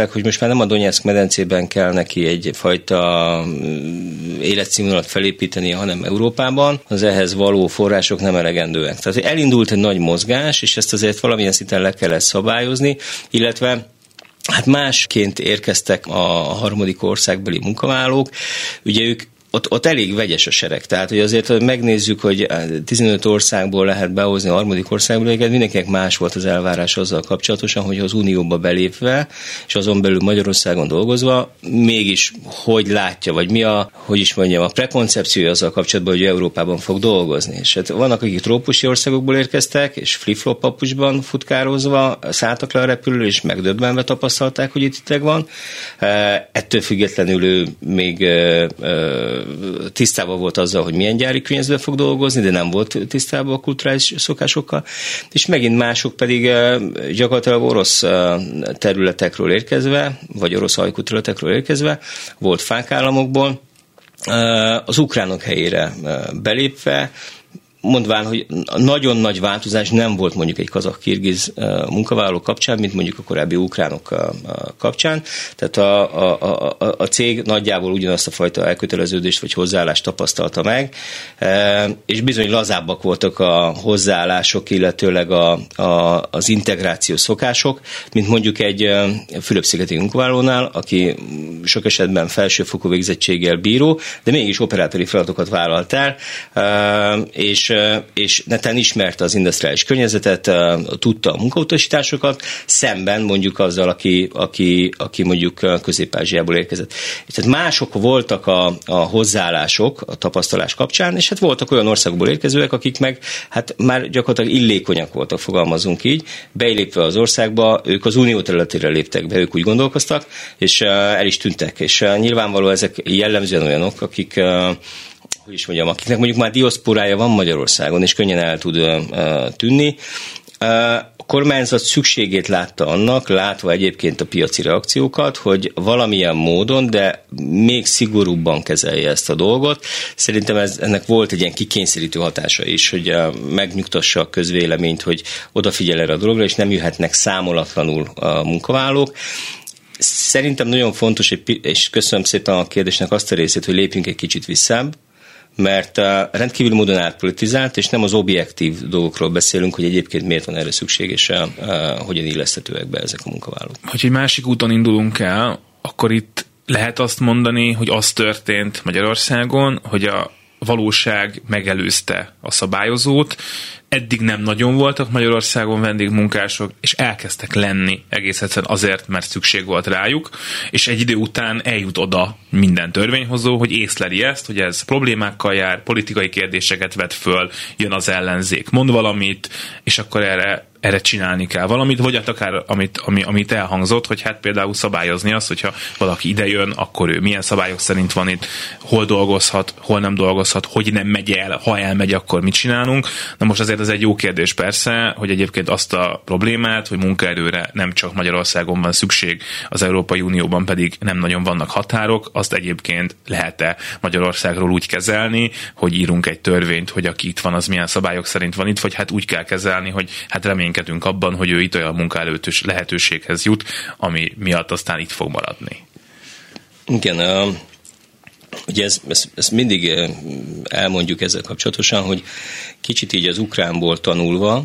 meg, hogy most már nem a Donetszk medencében kell neki egyfajta életszínvonalat felépíteni, hanem Európában, az ehhez való források nem elegendőek. Tehát elindult egy nagy mozgás, és ezt azért valamilyen szinten le kellett szabályozni, illetve hát másként érkeztek a harmadik országbeli munkavállalók, ugye ők ott elég vegyes a sereg. Tehát, hogy azért, hogy megnézzük, hogy 15 országból lehet behozni a harmadik országból, mindenkinek más volt az elvárás azzal kapcsolatosan, hogy az Unióba belépve, és azon belül Magyarországon dolgozva, mégis hogy látja, vagy mi a prekoncepciója azzal kapcsolatban, hogy Európában fog dolgozni. És hát vannak, akik trópusi országokból érkeztek, és flip-flop papucsban futkározva szálltak le a repülőről, és megdöbbenve tapasztalták, hogy itt van. Ettől függetlenül ő még tisztában volt azzal, hogy milyen gyári környezetben fog dolgozni, de nem volt tisztában a kulturális szokásokkal, és megint mások pedig gyakorlatilag orosz területekről érkezve, vagy orosz ajkú területekről érkezve, volt fákállamokból, az ukránok helyére belépve, mondván, hogy nagyon nagy változás nem volt mondjuk egy kazakh-kirgiz munkavállaló kapcsán, mint mondjuk a korábbi ukránok kapcsán. Tehát a cég nagyjából ugyanazt a fajta elköteleződést vagy hozzáállást tapasztalta meg, és bizony lazábbak voltak a hozzáállások, illetőleg az integrációs szokások, mint mondjuk egy Fülöp-szigeti munkavállalónál, aki sok esetben felsőfokú végzettséggel bíró, de mégis operátori feladatokat vállalt el, és netán ismerte az industriális környezetet, tudta a munkautasításokat, szemben mondjuk azzal, aki mondjuk Közép-Ázsiából érkezett. És tehát mások voltak a hozzáállások a tapasztalás kapcsán, és hát voltak olyan országból érkezőek, akik meg hát már gyakorlatilag illékonyak voltak, fogalmazunk így, beilépve az országba, ők az unió területére léptek be, ők úgy gondolkoztak, és el is tűntek. És nyilvánvaló ezek jellemzően olyanok, akiknek mondjuk már diaszporája van Magyarországon, és könnyen el tud tűnni. A kormányzat szükségét látta annak, látva egyébként a piaci reakciókat, hogy valamilyen módon, de még szigorúbban kezelje ezt a dolgot. Szerintem ennek volt egy ilyen kikényszerítő hatása is, hogy megnyugtassa a közvéleményt, hogy odafigyel erre a dologra, és nem jöhetnek számolatlanul a munkavállalók. Szerintem nagyon fontos, és köszönöm szépen a kérdésnek azt a részét, hogy lépjünk egy kicsit visszább, mert rendkívül módon átpolitizált, és nem az objektív dolgokról beszélünk, hogy egyébként miért van erre szükség, és hogyan illeszthetőek be ezek a munkavállalók. Hogy egy másik úton indulunk el, akkor itt lehet azt mondani, hogy az történt Magyarországon, hogy a valóság megelőzte a szabályozót, eddig nem nagyon voltak Magyarországon vendégmunkások, és elkezdtek lenni egész egyszerűen azért, mert szükség volt rájuk, és egy idő után eljut oda minden törvényhozó, hogy észleli ezt, hogy ez problémákkal jár, politikai kérdéseket vet föl, jön az ellenzék, mond valamit, és akkor erre csinálni kell valamit, vagy akár amit elhangzott, hogy hát például szabályozni azt, hogyha valaki idejön, akkor ő milyen szabályok szerint van itt, hol dolgozhat, hol nem dolgozhat, hogy nem megy el, ha elmegy, akkor mit csinálunk. Na most azért ez egy jó kérdés persze, hogy egyébként azt a problémát, hogy munkaerőre nem csak Magyarországon van szükség, az Európai Unióban pedig nem nagyon vannak határok, azt egyébként lehet-e Magyarországról úgy kezelni, hogy írunk egy törvényt, hogy aki itt van, az milyen szabályok szerint van itt, vagy hát úgy kell kezelni, hogy hát reménykedünk abban, hogy ő itt olyan munkaelőtös lehetőséghez jut, ami miatt aztán itt fog maradni. Igen, ugye ezt mindig elmondjuk ezzel kapcsolatosan, hogy kicsit így az ukránból tanulva,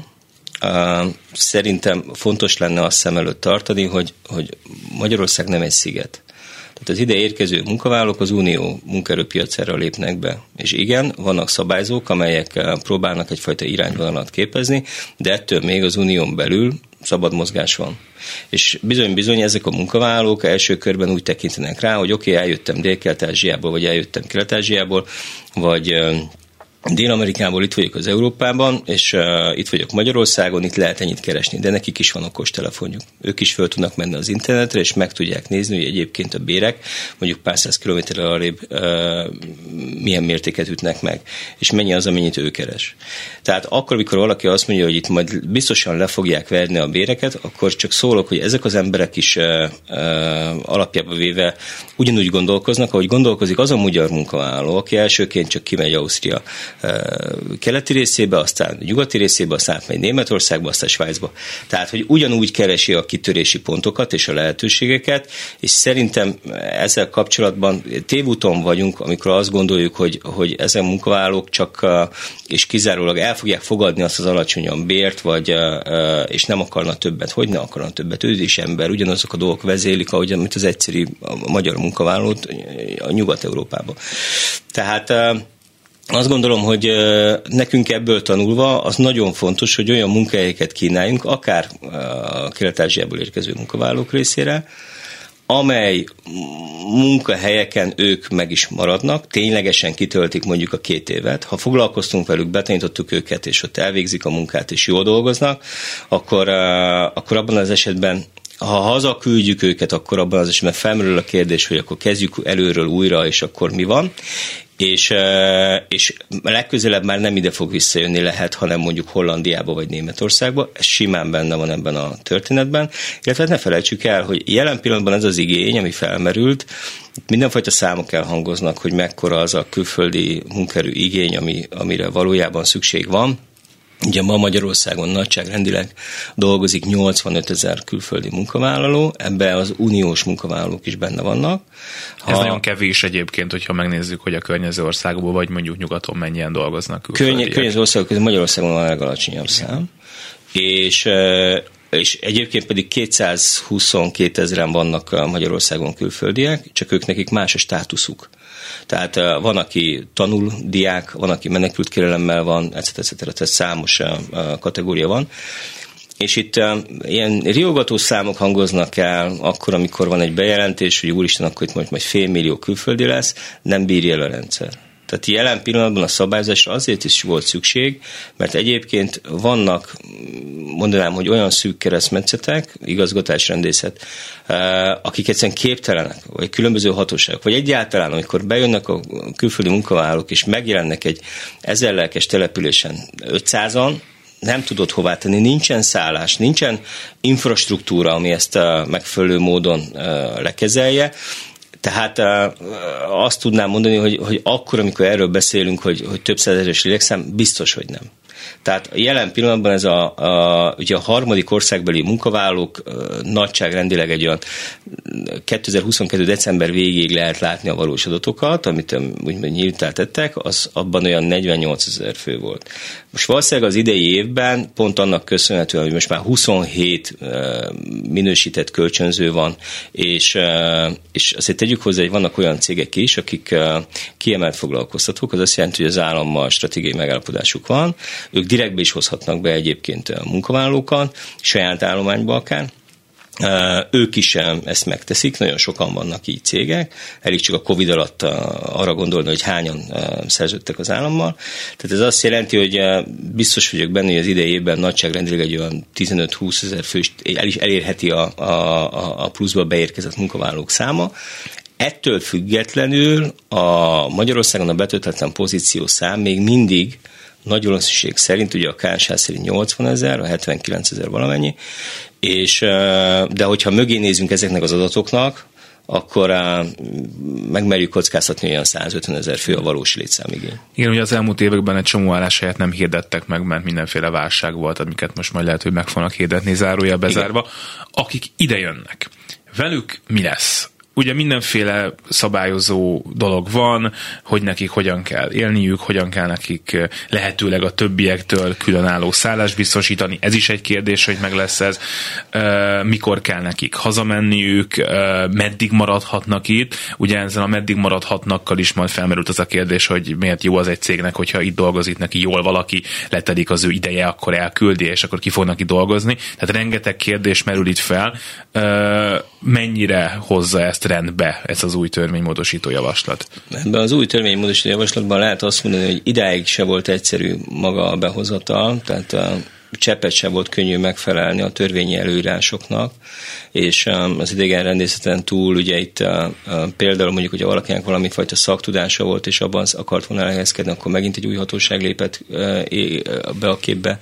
szerintem fontos lenne azt szem előtt tartani, hogy Magyarország nem egy sziget. Tehát az ide érkező munkavállalók az unió munkaerőpiacára lépnek be. És igen, vannak szabályzók, amelyek próbálnak egyfajta irányvonalat képezni, de ettől még az unión belül szabad mozgás van. És bizony ezek a munkavállalók első körben úgy tekintenek rá, hogy oké, eljöttem Dél-Kelet-Ázsiából, vagy eljöttem Kelet-Ázsiából, vagy Dél-Amerikából, itt vagyok az Európában, és itt vagyok Magyarországon, itt lehet ennyit keresni, de nekik is van okostelefonjuk. Ők is föl tudnak menni az internetre, és meg tudják nézni, hogy egyébként a bérek mondjuk pár száz kilométerrel arrébb milyen mértéket ütnek meg, és mennyi az, amennyit ő keres. Tehát akkor, amikor valaki azt mondja, hogy itt majd biztosan le fogják verni a béreket, akkor csak szólok, hogy ezek az emberek is alapjába véve ugyanúgy gondolkoznak, ahogy gondolkozik az a magyar munkavállaló, aki elsőként csak kimegy Ausztria keleti részébe, aztán nyugati részébe, aztán átmegy Németországba, aztán Svájcba. Tehát, hogy ugyanúgy keresi a kitörési pontokat és a lehetőségeket, és szerintem ezzel kapcsolatban tévúton vagyunk, amikor azt gondoljuk, hogy ezen munkavállalók csak és kizárólag el fogják fogadni azt az alacsonyabb bért, és nem akarnak többet. Hogy ne akarnak többet? Ő is ember, ugyanazok a dolgok vezélik, mint az egyszerű magyar munkavállalót a Nyugat-Európában. Tehát azt gondolom, hogy nekünk ebből tanulva az nagyon fontos, hogy olyan munkahelyeket kínáljunk, akár a Kelet-Ázsiából érkező munkavállalók részére, amely munkahelyeken ők meg is maradnak, ténylegesen kitöltik mondjuk a 2 évet. Ha foglalkoztunk velük, betanítottuk őket, és ott elvégzik a munkát, és jól dolgoznak, akkor abban az esetben, ha hazaküldjük őket, akkor abban az esetben felmerül a kérdés, hogy akkor kezdjük előről újra, és akkor mi van. És legközelebb már nem ide fog visszajönni lehet, hanem mondjuk Hollandiába vagy Németországba. Ez simán benne van ebben a történetben. Illetve ne felejtsük el, hogy jelen pillanatban ez az igény, ami felmerült, mindenfajta számok elhangoznak, hogy mekkora az a külföldi munkaerő igény, amire valójában szükség van. Ugye ma Magyarországon nagyságrendileg dolgozik 85 000 külföldi munkavállaló, ebben az uniós munkavállalók is benne vannak. Ez nagyon kevés egyébként, hogyha megnézzük, hogy a környező országokban, vagy mondjuk nyugaton mennyien dolgoznak külföldiek. Környező országok között Magyarországon van a legalacsonyabb szám, és egyébként pedig 222 000-en vannak Magyarországon külföldiek, csak nekik más a státuszuk. Tehát van, aki tanul, diák, van, aki menekült kérelemmel van, etc. Tehát számos kategória van. És itt ilyen riogató számok hangoznak el akkor, amikor van egy bejelentés, hogy úristen, akkor itt majd 500 000 külföldi lesz, nem bírja el a rendszer. Tehát jelen pillanatban a szabályozásra azért is volt szükség, mert egyébként vannak, mondanám, hogy olyan szűk keresztmetszetek, igazgatásrendészet, akik egyszerűen képtelenek, vagy különböző hatóságok, vagy egyáltalán, amikor bejönnek a külföldi munkavállalók, és megjelennek egy 1000 lelkes településen 500-an, nem tudod hová tenni, nincsen szállás, nincsen infrastruktúra, ami ezt megfelelő módon lekezelje. Tehát azt tudnám mondani, hogy akkor, amikor erről beszélünk, hogy több százezeres lélekszám, biztos, hogy nem. Tehát jelen pillanatban ez ugye a harmadik országbeli munkavállalók nagyságrendileg egy olyan 2022. december végéig lehet látni a valós adatokat, amit úgymond nyíltán tettek, az abban olyan 48 000 fő volt. Most valószínűleg az idei évben pont annak köszönhetően, hogy most már 27 minősített kölcsönző van, és azért tegyük hozzá, hogy vannak olyan cégek is, akik kiemelt foglalkoztatók, az azt jelenti, hogy az állammal stratégiai megállapodásuk van, ők direktbe is hozhatnak be egyébként a munkavállalókat, saját állományba akár. Ők is ezt megteszik, nagyon sokan vannak így cégek, elég csak a Covid alatt arra gondolni, hogy hányan szerződtek az állammal. Tehát ez azt jelenti, hogy biztos vagyok benne, hogy az idei évben nagyságrendileg egy olyan 15-20 000 fő is elérheti a pluszba beérkezett munkavállalók száma. Ettől függetlenül a Magyarországon a betöltetlen pozíció szám még mindig nagy valószínűség szerint, ugye a KSH szerint 80 000, a 79 000 valamennyi, de hogyha mögé nézünk ezeknek az adatoknak, akkor megmerjük kockáztatni, olyan 150 000 fő a valós létszámigény. Igen, ugye az elmúlt években egy csomó álláshelyet nem hirdettek meg, mert mindenféle válság volt, amiket most majd lehet, hogy meg fognak hirdetni, zárója bezárva. Igen. Akik ide jönnek, velük mi lesz? Ugye mindenféle szabályozó dolog van, hogy nekik hogyan kell élniük, hogyan kell nekik lehetőleg a többiektől különálló szállást biztosítani. Ez is egy kérdés, hogy meg lesz ez. Mikor kell nekik hazamenniük, meddig maradhatnak itt. Ugye ezen a meddig maradhatnakkal is majd felmerült az a kérdés, hogy miért jó az egy cégnek, hogyha itt dolgozik neki jól valaki, letelik az ő ideje, akkor elküldi, és akkor ki fognak itt dolgozni. Tehát rengeteg kérdés merül itt fel. Mennyire hozza ezt rendbe, ez az új törvénymódosító javaslat? Ebben az új törvénymódosító javaslatban lehet azt mondani, hogy idáig se volt egyszerű maga a behozatal, tehát cseppet sem volt könnyű megfelelni a törvényi előírásoknak, és az idegenrendészeten túl, ugye itt például mondjuk, hogy valakinek valami fajta szaktudása volt, és abban akart volna elhelyezkedni, akkor megint egy új hatóság lépett be a képbe.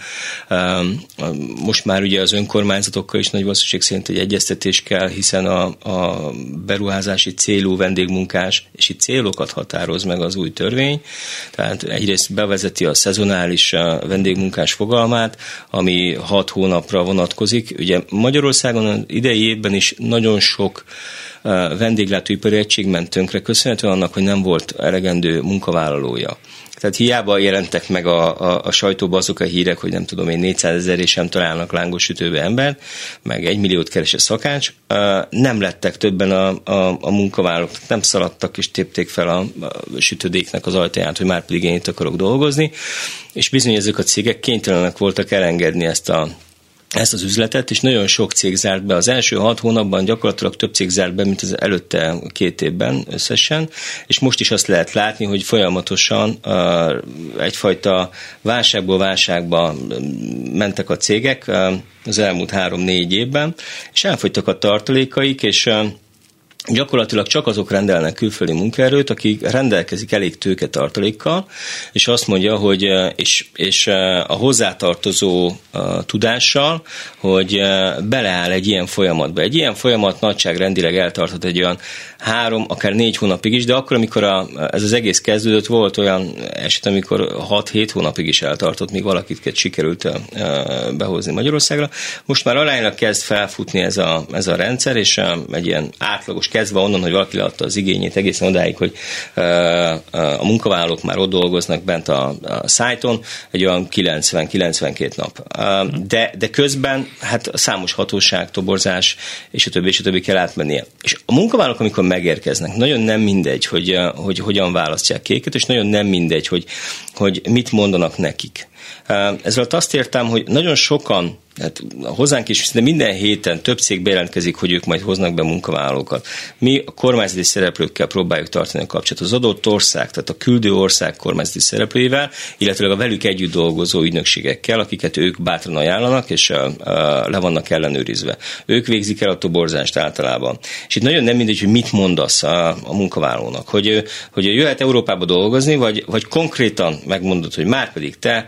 Most már ugye az önkormányzatokkal is nagy valószínűség szerint egy egyeztetés kell, hiszen a beruházási célú vendégmunkás, és itt célokat határoz meg az új törvény, tehát egyrészt bevezeti a szezonális vendégmunkás fogalmát, ami 6 hónapra vonatkozik. Ugye Magyarországon az idei évben is nagyon sok vendéglátóipari egység ment tönkre, köszönhetően annak, hogy nem volt elegendő munkavállalója. Tehát hiába jelentek meg a sajtóban azok a hírek, hogy nem tudom én 400 000 és sem találnak lángos sütőbe embert, meg 1 milliót keres a szakács, nem lettek többen a munkavállalók, nem szaladtak és tépték fel a sütődéknek az ajtaját, hogy már pedig én itt akarok dolgozni, és bizony ezek a cégek kénytelenek voltak elengedni ezt az üzletet, és nagyon sok cég zárt be. Az első 6 hónapban gyakorlatilag több cég zárt be, mint az előtte 2 évben összesen, és most is azt lehet látni, hogy folyamatosan egyfajta válságból válságba mentek a cégek az elmúlt 3-4 évben, és elfogytak a tartalékaik, és gyakorlatilag csak azok rendelnek külföldi munkaerőt, akik rendelkezik elég tőketartalékkal, és azt mondja, hogy és a hozzátartozó tudással, hogy beleáll egy ilyen folyamatba. Egy ilyen folyamat nagyságrendileg eltarthat egy olyan 3, akár 4 hónapig is, de akkor, amikor ez az egész kezdődött, volt olyan eset, amikor 6-7 hónapig is eltartott, míg valakit sikerült behozni Magyarországra. Most már aránylag kezd felfutni ez a rendszer, és egy ilyen átlagos kezdve onnan, hogy valaki leadta az igényét egészen odáig, hogy a munkavállalók már ott dolgoznak bent a szájton, egy olyan 90-92 nap. De közben hát számos hatóság, toborzás, és a többi kell átmennie. És a munkavállalók, amikor megérkeznek, nagyon nem mindegy, hogy hogyan választják ki őket, és nagyon nem mindegy, hogy mit mondanak nekik. Ezzel azt értem, hogy nagyon sokan, hát hozzánk is de minden héten több cég bejelentkezik, hogy ők majd hoznak be munkavállalókat. Mi a kormányzati szereplőkkel próbáljuk tartani a kapcsolatot. Az adott ország, tehát a küldő ország kormányzati szereplőivel, illetve a velük együtt dolgozó ügynökségekkel, akiket ők bátran ajánlanak, és le vannak ellenőrizve. Ők végzik el a toborzást általában. És itt nagyon nem mindegy, hogy mit mondasz a munkavállalónak. Hogy jöhet Európába dolgozni, vagy konkrétan megmondod, hogy már pedig te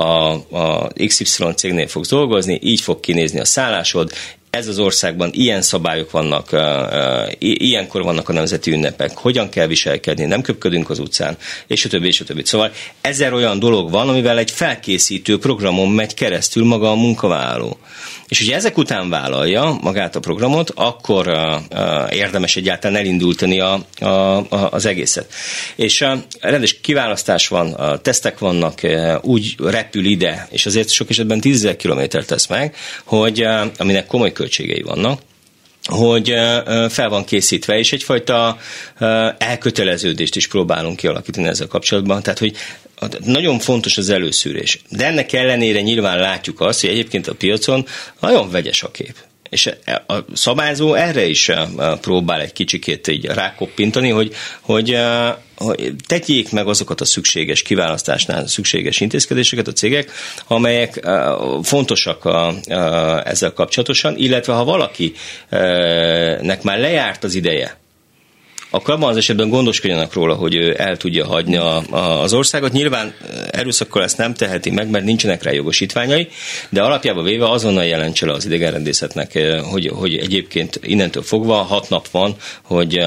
a XY cégnél fogsz dolgozni, így fog kinézni a szállásod, ez az országban ilyen szabályok vannak, ilyenkor vannak a nemzeti ünnepek, hogyan kell viselkedni, nem köpködünk az utcán, és a többi, és a többi. Szóval 1000 olyan dolog van, amivel egy felkészítő programon megy keresztül maga a munkavállaló. És ugye ezek után vállalja magát a programot, akkor érdemes egyáltalán elindultani az egészet. És rendes kiválasztás van, tesztek vannak, úgy repül ide, és azért sok esetben 10 000 kilométert tesz meg, hogy aminek komoly költségei vannak, hogy fel van készítve, és egyfajta elköteleződést is próbálunk kialakítani ezzel kapcsolatban. Tehát, hogy nagyon fontos az előszűrés. De ennek ellenére nyilván látjuk azt, hogy egyébként a piacon nagyon vegyes a kép. És a szabályzó erre is próbál egy kicsikét így rákoppintani, hogy tegyék meg azokat a szükséges kiválasztásnál szükséges intézkedéseket a cégek, amelyek fontosak ezzel kapcsolatosan, illetve ha valakinek már lejárt az ideje, akkor abban az esetben gondoskodjanak róla, hogy ő el tudja hagyni az országot. Nyilván erőszakkal ezt nem teheti meg, mert nincsenek rá jogosítványai, de alapjában véve azonnal jelentse le az idegenrendészetnek, hogy egyébként innentől fogva 6 nap van, hogy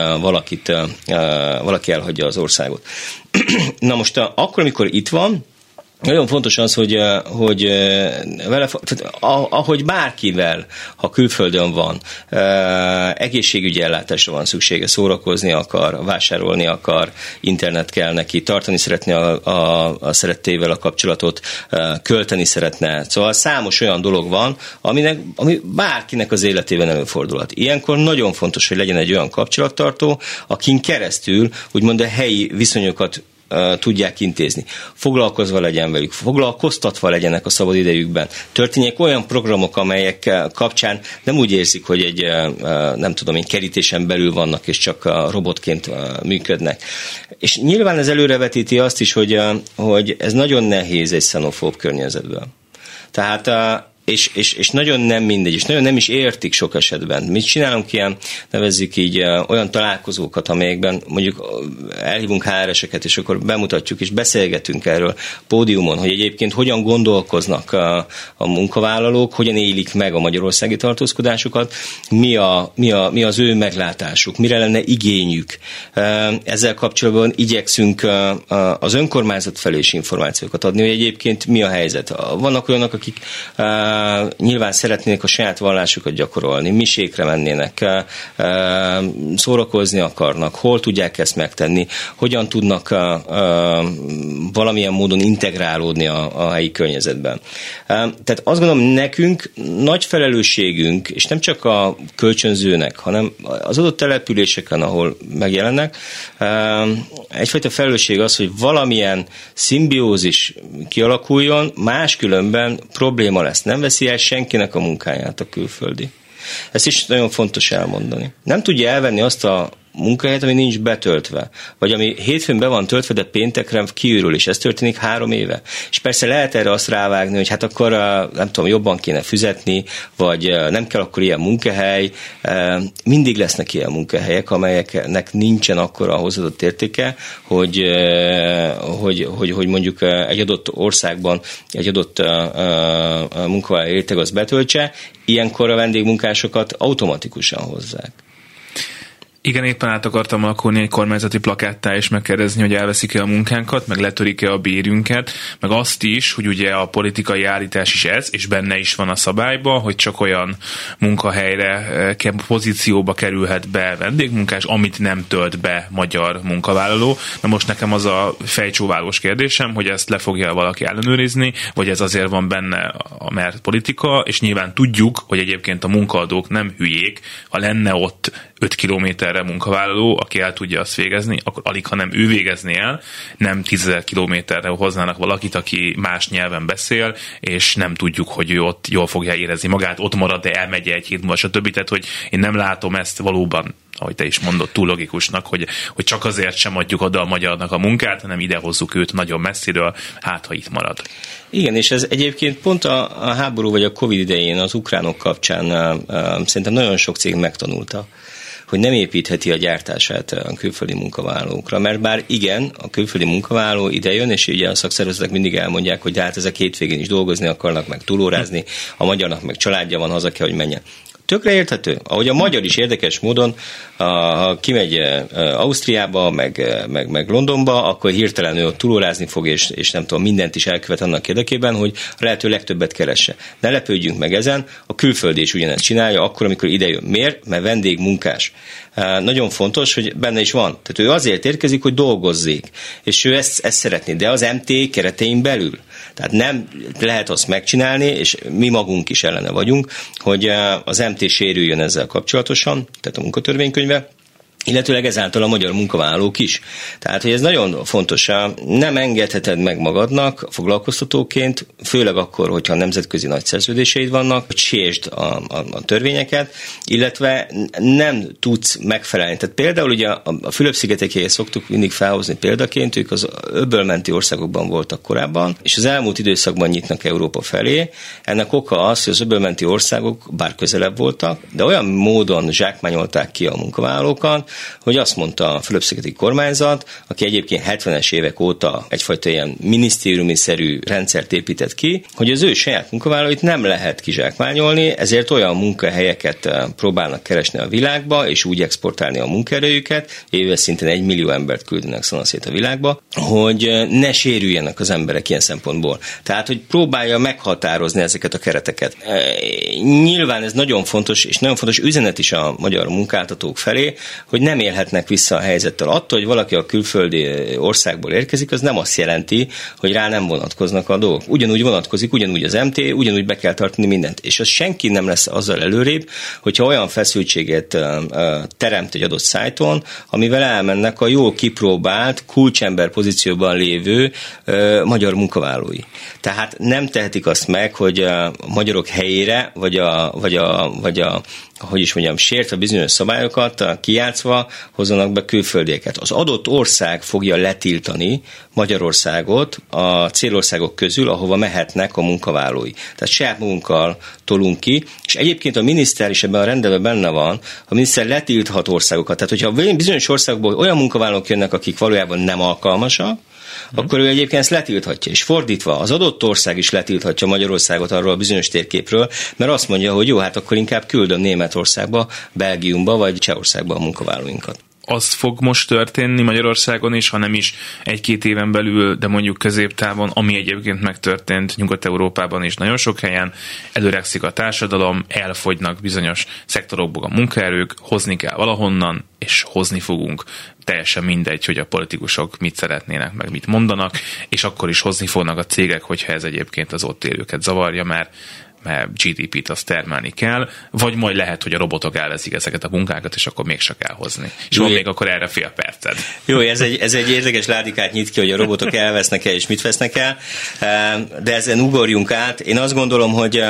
valaki elhagyja az országot. Na most akkor, amikor itt van, nagyon fontos az, hogy vele, ahogy bárkivel, ha külföldön van, egészségügyi ellátásra van szüksége, szórakozni akar, vásárolni akar, internet kell neki, tartani szeretné a szerettével a kapcsolatot, költeni szeretne. Szóval számos olyan dolog van, ami bárkinek az életében előfordulhat. Ilyenkor nagyon fontos, hogy legyen egy olyan kapcsolattartó, akin keresztül úgymond a helyi viszonyokat tudják intézni. Foglalkozva legyen velük, foglalkoztatva legyenek a szabad idejükben. Történjék olyan programok, amelyek kapcsán nem úgy érzik, hogy egy, nem tudom én, kerítésen belül vannak, és csak robotként működnek. És nyilván ez előrevetíti azt is, hogy ez nagyon nehéz egy xenofób környezetben. Tehát és nagyon nem mindegy, és nagyon nem is értik sok esetben. Mi csinálunk ilyen, nevezzük így, olyan találkozókat, amelyekben mondjuk elhívunk HR-eseket, és akkor bemutatjuk, és beszélgetünk erről pódiumon, hogy egyébként hogyan gondolkoznak a munkavállalók, hogyan élik meg a magyarországi tartózkodásukat, mi az ő meglátásuk, mire lenne igényük. Ezzel kapcsolatban igyekszünk az önkormányzat felé is információkat adni, hogy egyébként mi a helyzet. Vannak olyanok, akik nyilván szeretnének a saját vallásukat gyakorolni, misékre mennének, szórakozni akarnak, hol tudják ezt megtenni, hogyan tudnak valamilyen módon integrálódni a helyi környezetben. Tehát azt gondolom, nekünk nagy felelősségünk, és nem csak a kölcsönzőnek, hanem az adott településeken, ahol megjelennek, egyfajta felelősség az, hogy valamilyen szimbiózis kialakuljon, máskülönben probléma lesz. Nem veszi el senkinek a munkáját a külföldi. Ezt is nagyon fontos elmondani. Nem tudja elvenni azt a munkahelyet, ami nincs betöltve, vagy ami hétfőn be van töltve, de péntekre kiürül, és ez történik 3 éve. És persze lehet erre azt rávágni, hogy hát akkor nem tudom, jobban kéne fizetni, vagy nem kell akkor ilyen munkahely. Mindig lesznek ilyen munkahelyek, amelyeknek nincsen akkora hozzáadott értéke, hogy mondjuk egy adott országban egy adott munkavállalói réteg az betöltse, ilyenkor a vendégmunkásokat automatikusan hozzák. Igen, éppen át akartam alakulni egy kormányzati plakáttá és megkérdezni, hogy elveszik-e a munkánkat, meg letörik-e a bérünket, meg azt is, hogy ugye a politikai állítás is ez, és benne is van a szabályban, hogy csak olyan munkahelyre, pozícióba kerülhet be vendégmunkás, amit nem tölt be magyar munkavállaló. Na most nekem az a fejcsóválós kérdésem, hogy ezt le fogja valaki ellenőrizni, vagy ez azért van benne, mert politika, és nyilván tudjuk, hogy egyébként a munkaadók nem hülyék, ha lenne ott 5 kilométerre munkavállaló, aki el tudja azt végezni, akkor alig, ha nem ő végezné el, nem 10 000 kilométerre hoznának valakit, aki más nyelven beszél, és nem tudjuk, hogy ő ott jól fogja érezni magát, ott marad, de elmegy egy hét múlva, stb. Tehát, hogy én nem látom ezt valóban, ahogy te is mondod, túl logikusnak, hogy csak azért sem adjuk oda a magyarnak a munkát, hanem ide hozzuk őt nagyon messziről, hát ha itt marad. Igen, és ez egyébként pont a háború vagy a Covid idején az ukránok kapcsán szerintem nagyon sok cég megtanulta, hogy nem építheti a gyártását a külföldi munkavállalókra, mert bár igen, a külföldi munkavállaló idejön, és ugye a szakszervezetek mindig elmondják, hogy hát ezek hétvégén is dolgozni akarnak, meg túlórázni, a magyarnak meg családja van, haza kell, hogy menjen. Tökre érthető. Ahogy a magyar is érdekes módon, ha kimegy Ausztriába, meg Londonba, akkor hirtelen ő ott túlórázni fog, és nem tudom, mindent is elkövet annak érdekében, hogy a lehető legtöbbet keresse. Ne lepődjünk meg ezen, a külföldi is ugyanezt csinálja, akkor, amikor idejön. Miért? Mert vendégmunkás. Nagyon fontos, hogy benne is van. Tehát ő azért érkezik, hogy dolgozzék. És ő ezt szeretné, de az MT keretein belül. Tehát nem lehet azt megcsinálni, és mi magunk is ellene vagyunk, hogy az MT sérüljön ezzel kapcsolatosan, tehát a munkatörvénykönyve, illetőleg ezáltal a magyar munkavállalók is. Tehát, hogy ez nagyon fontos, nem engedheted meg magadnak foglalkoztatóként, főleg akkor, hogyha nemzetközi nagy szerződéseid vannak, hogy sértsd a törvényeket, illetve nem tudsz megfelelni. Tehát például ugye a Fülöp-szigetekéhez szoktuk mindig felhozni példaként, ők az öbölmenti országokban voltak korábban, és az elmúlt időszakban nyitnak Európa felé. Ennek oka az, hogy az öbölmenti országok bár közelebb voltak, de olyan módon zsákmányolták ki a munkavállalókat, hogy azt mondta a Fülöp-szigeti kormányzat, aki egyébként 70-es évek óta egyfajta ilyen minisztériumi-szerű rendszert épített ki, hogy az ő saját munkavállalóit nem lehet kizsákmányolni, ezért olyan munkahelyeket próbálnak keresni a világba, és úgy exportálni a munkaerőjüket, éves szinten 1 millió embert küldenek szanaszét a világba, hogy ne sérüljenek az emberek ilyen szempontból. Tehát, hogy próbálja meghatározni ezeket a kereteket. Nyilván ez nagyon fontos, és nagyon fontos üzenet is a magyar munkáltatók felé, hogy nem élhetnek vissza a helyzettel. Attól, hogy valaki a külföldi országból érkezik, az nem azt jelenti, hogy rá nem vonatkoznak a dolgok. Ugyanúgy vonatkozik, ugyanúgy az MT, ugyanúgy be kell tartani mindent. És az senki nem lesz azzal előrébb, hogyha olyan feszültséget teremt egy adott szájton, amivel elmennek a jól kipróbált, kulcsember pozícióban lévő magyar munkavállalói. Tehát nem tehetik azt meg, hogy a magyarok helyére, vagy a hogy is mondjam, sértve bizonyos szabályokat, kijátszva illetve hozzanak be külföldieket. Az adott ország fogja letiltani Magyarországot a célországok közül, ahova mehetnek a munkavállalói. Tehát saját magunkkal tolunk ki, és egyébként a miniszter is ebben a rendelben benne van, a miniszter letilthat országokat. Tehát, hogyha bizonyos országokból olyan munkavállalók jönnek, akik valójában nem alkalmasak, akkor ő egyébként ezt letilthatja. És fordítva, az adott ország is letilthatja Magyarországot arról a bizonyos térképről, mert azt mondja, hogy jó, hát akkor inkább küldöm Németországba, Belgiumba vagy Csehországba a munkavállalóinkat. Az fog most történni Magyarországon is, ha nem is 1-2 éven belül, de mondjuk középtávon, ami egyébként megtörtént Nyugat-Európában is nagyon sok helyen, előregszik a társadalom, elfogynak bizonyos szektorokból a munkaerők, hozni kell valahonnan, és hozni fogunk. Teljesen mindegy, hogy a politikusok mit szeretnének, meg mit mondanak, és akkor is hozni fognak a cégek, hogyha ez egyébként az ott élőket zavarja, mert GDP-t azt termelni kell, vagy majd lehet, hogy a robotok elveszik ezeket a munkákat, és akkor mégse kell hozni. És van még akkor erre fél perced. Jó, ez egy érdekes ládikát nyit ki, hogy a robotok elvesznek el, és mit vesznek el, de ezen ugorjunk át. Én azt gondolom, hogy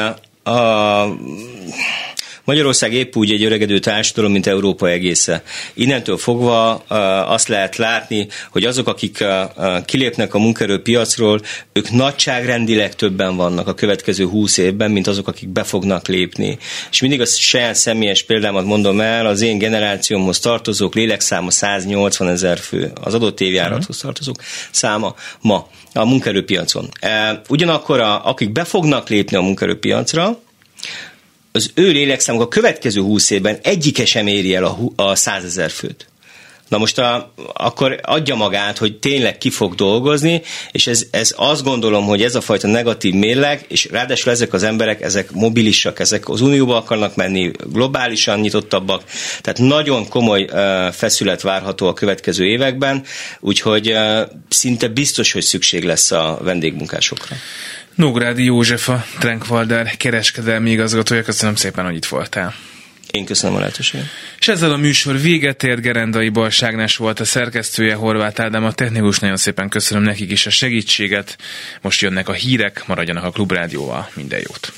Magyarország épp úgy egy öregedő társadalom, mint Európa egésze. Innentől fogva azt lehet látni, hogy azok, akik kilépnek a munkaerőpiacról, ők nagyságrendileg többen vannak a következő 20 évben, mint azok, akik be fognak lépni. És mindig a saját személyes példámat mondom el, az én generációmhoz tartozók lélekszáma 180 000 fő, az adott évjárathoz tartozók száma ma a munkaerőpiacon. Ugyanakkor akik be fognak lépni a munkaerőpiacra, az ő lélekszámuk a következő 20 évben egyike sem éri el a 100 000 főt. Na most akkor adja magát, hogy tényleg ki fog dolgozni, és ez azt gondolom, hogy ez a fajta negatív mérleg, és ráadásul ezek az emberek, ezek mobilisak, ezek az unióba akarnak menni, globálisan nyitottabbak, tehát nagyon komoly feszület várható a következő években, úgyhogy szinte biztos, hogy szükség lesz a vendégmunkásokra. Nógrádi József, a Trenkwalder kereskedelmi igazgatója. Köszönöm szépen, hogy itt voltál. Én köszönöm a lehetőséget. És ezzel a műsor véget ért. Gerendai Balázs Ágnes volt a szerkesztője, Horváth Ádám a technikus. Nagyon szépen köszönöm nekik is a segítséget. Most jönnek a hírek, maradjanak a Klubrádióval. Minden jót!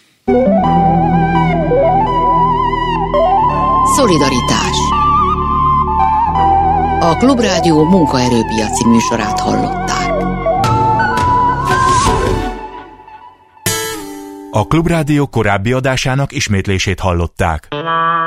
Szolidaritás. A Klubrádió munkaerőpiaci műsorát hallották. A Klubrádió korábbi adásának ismétlését hallották.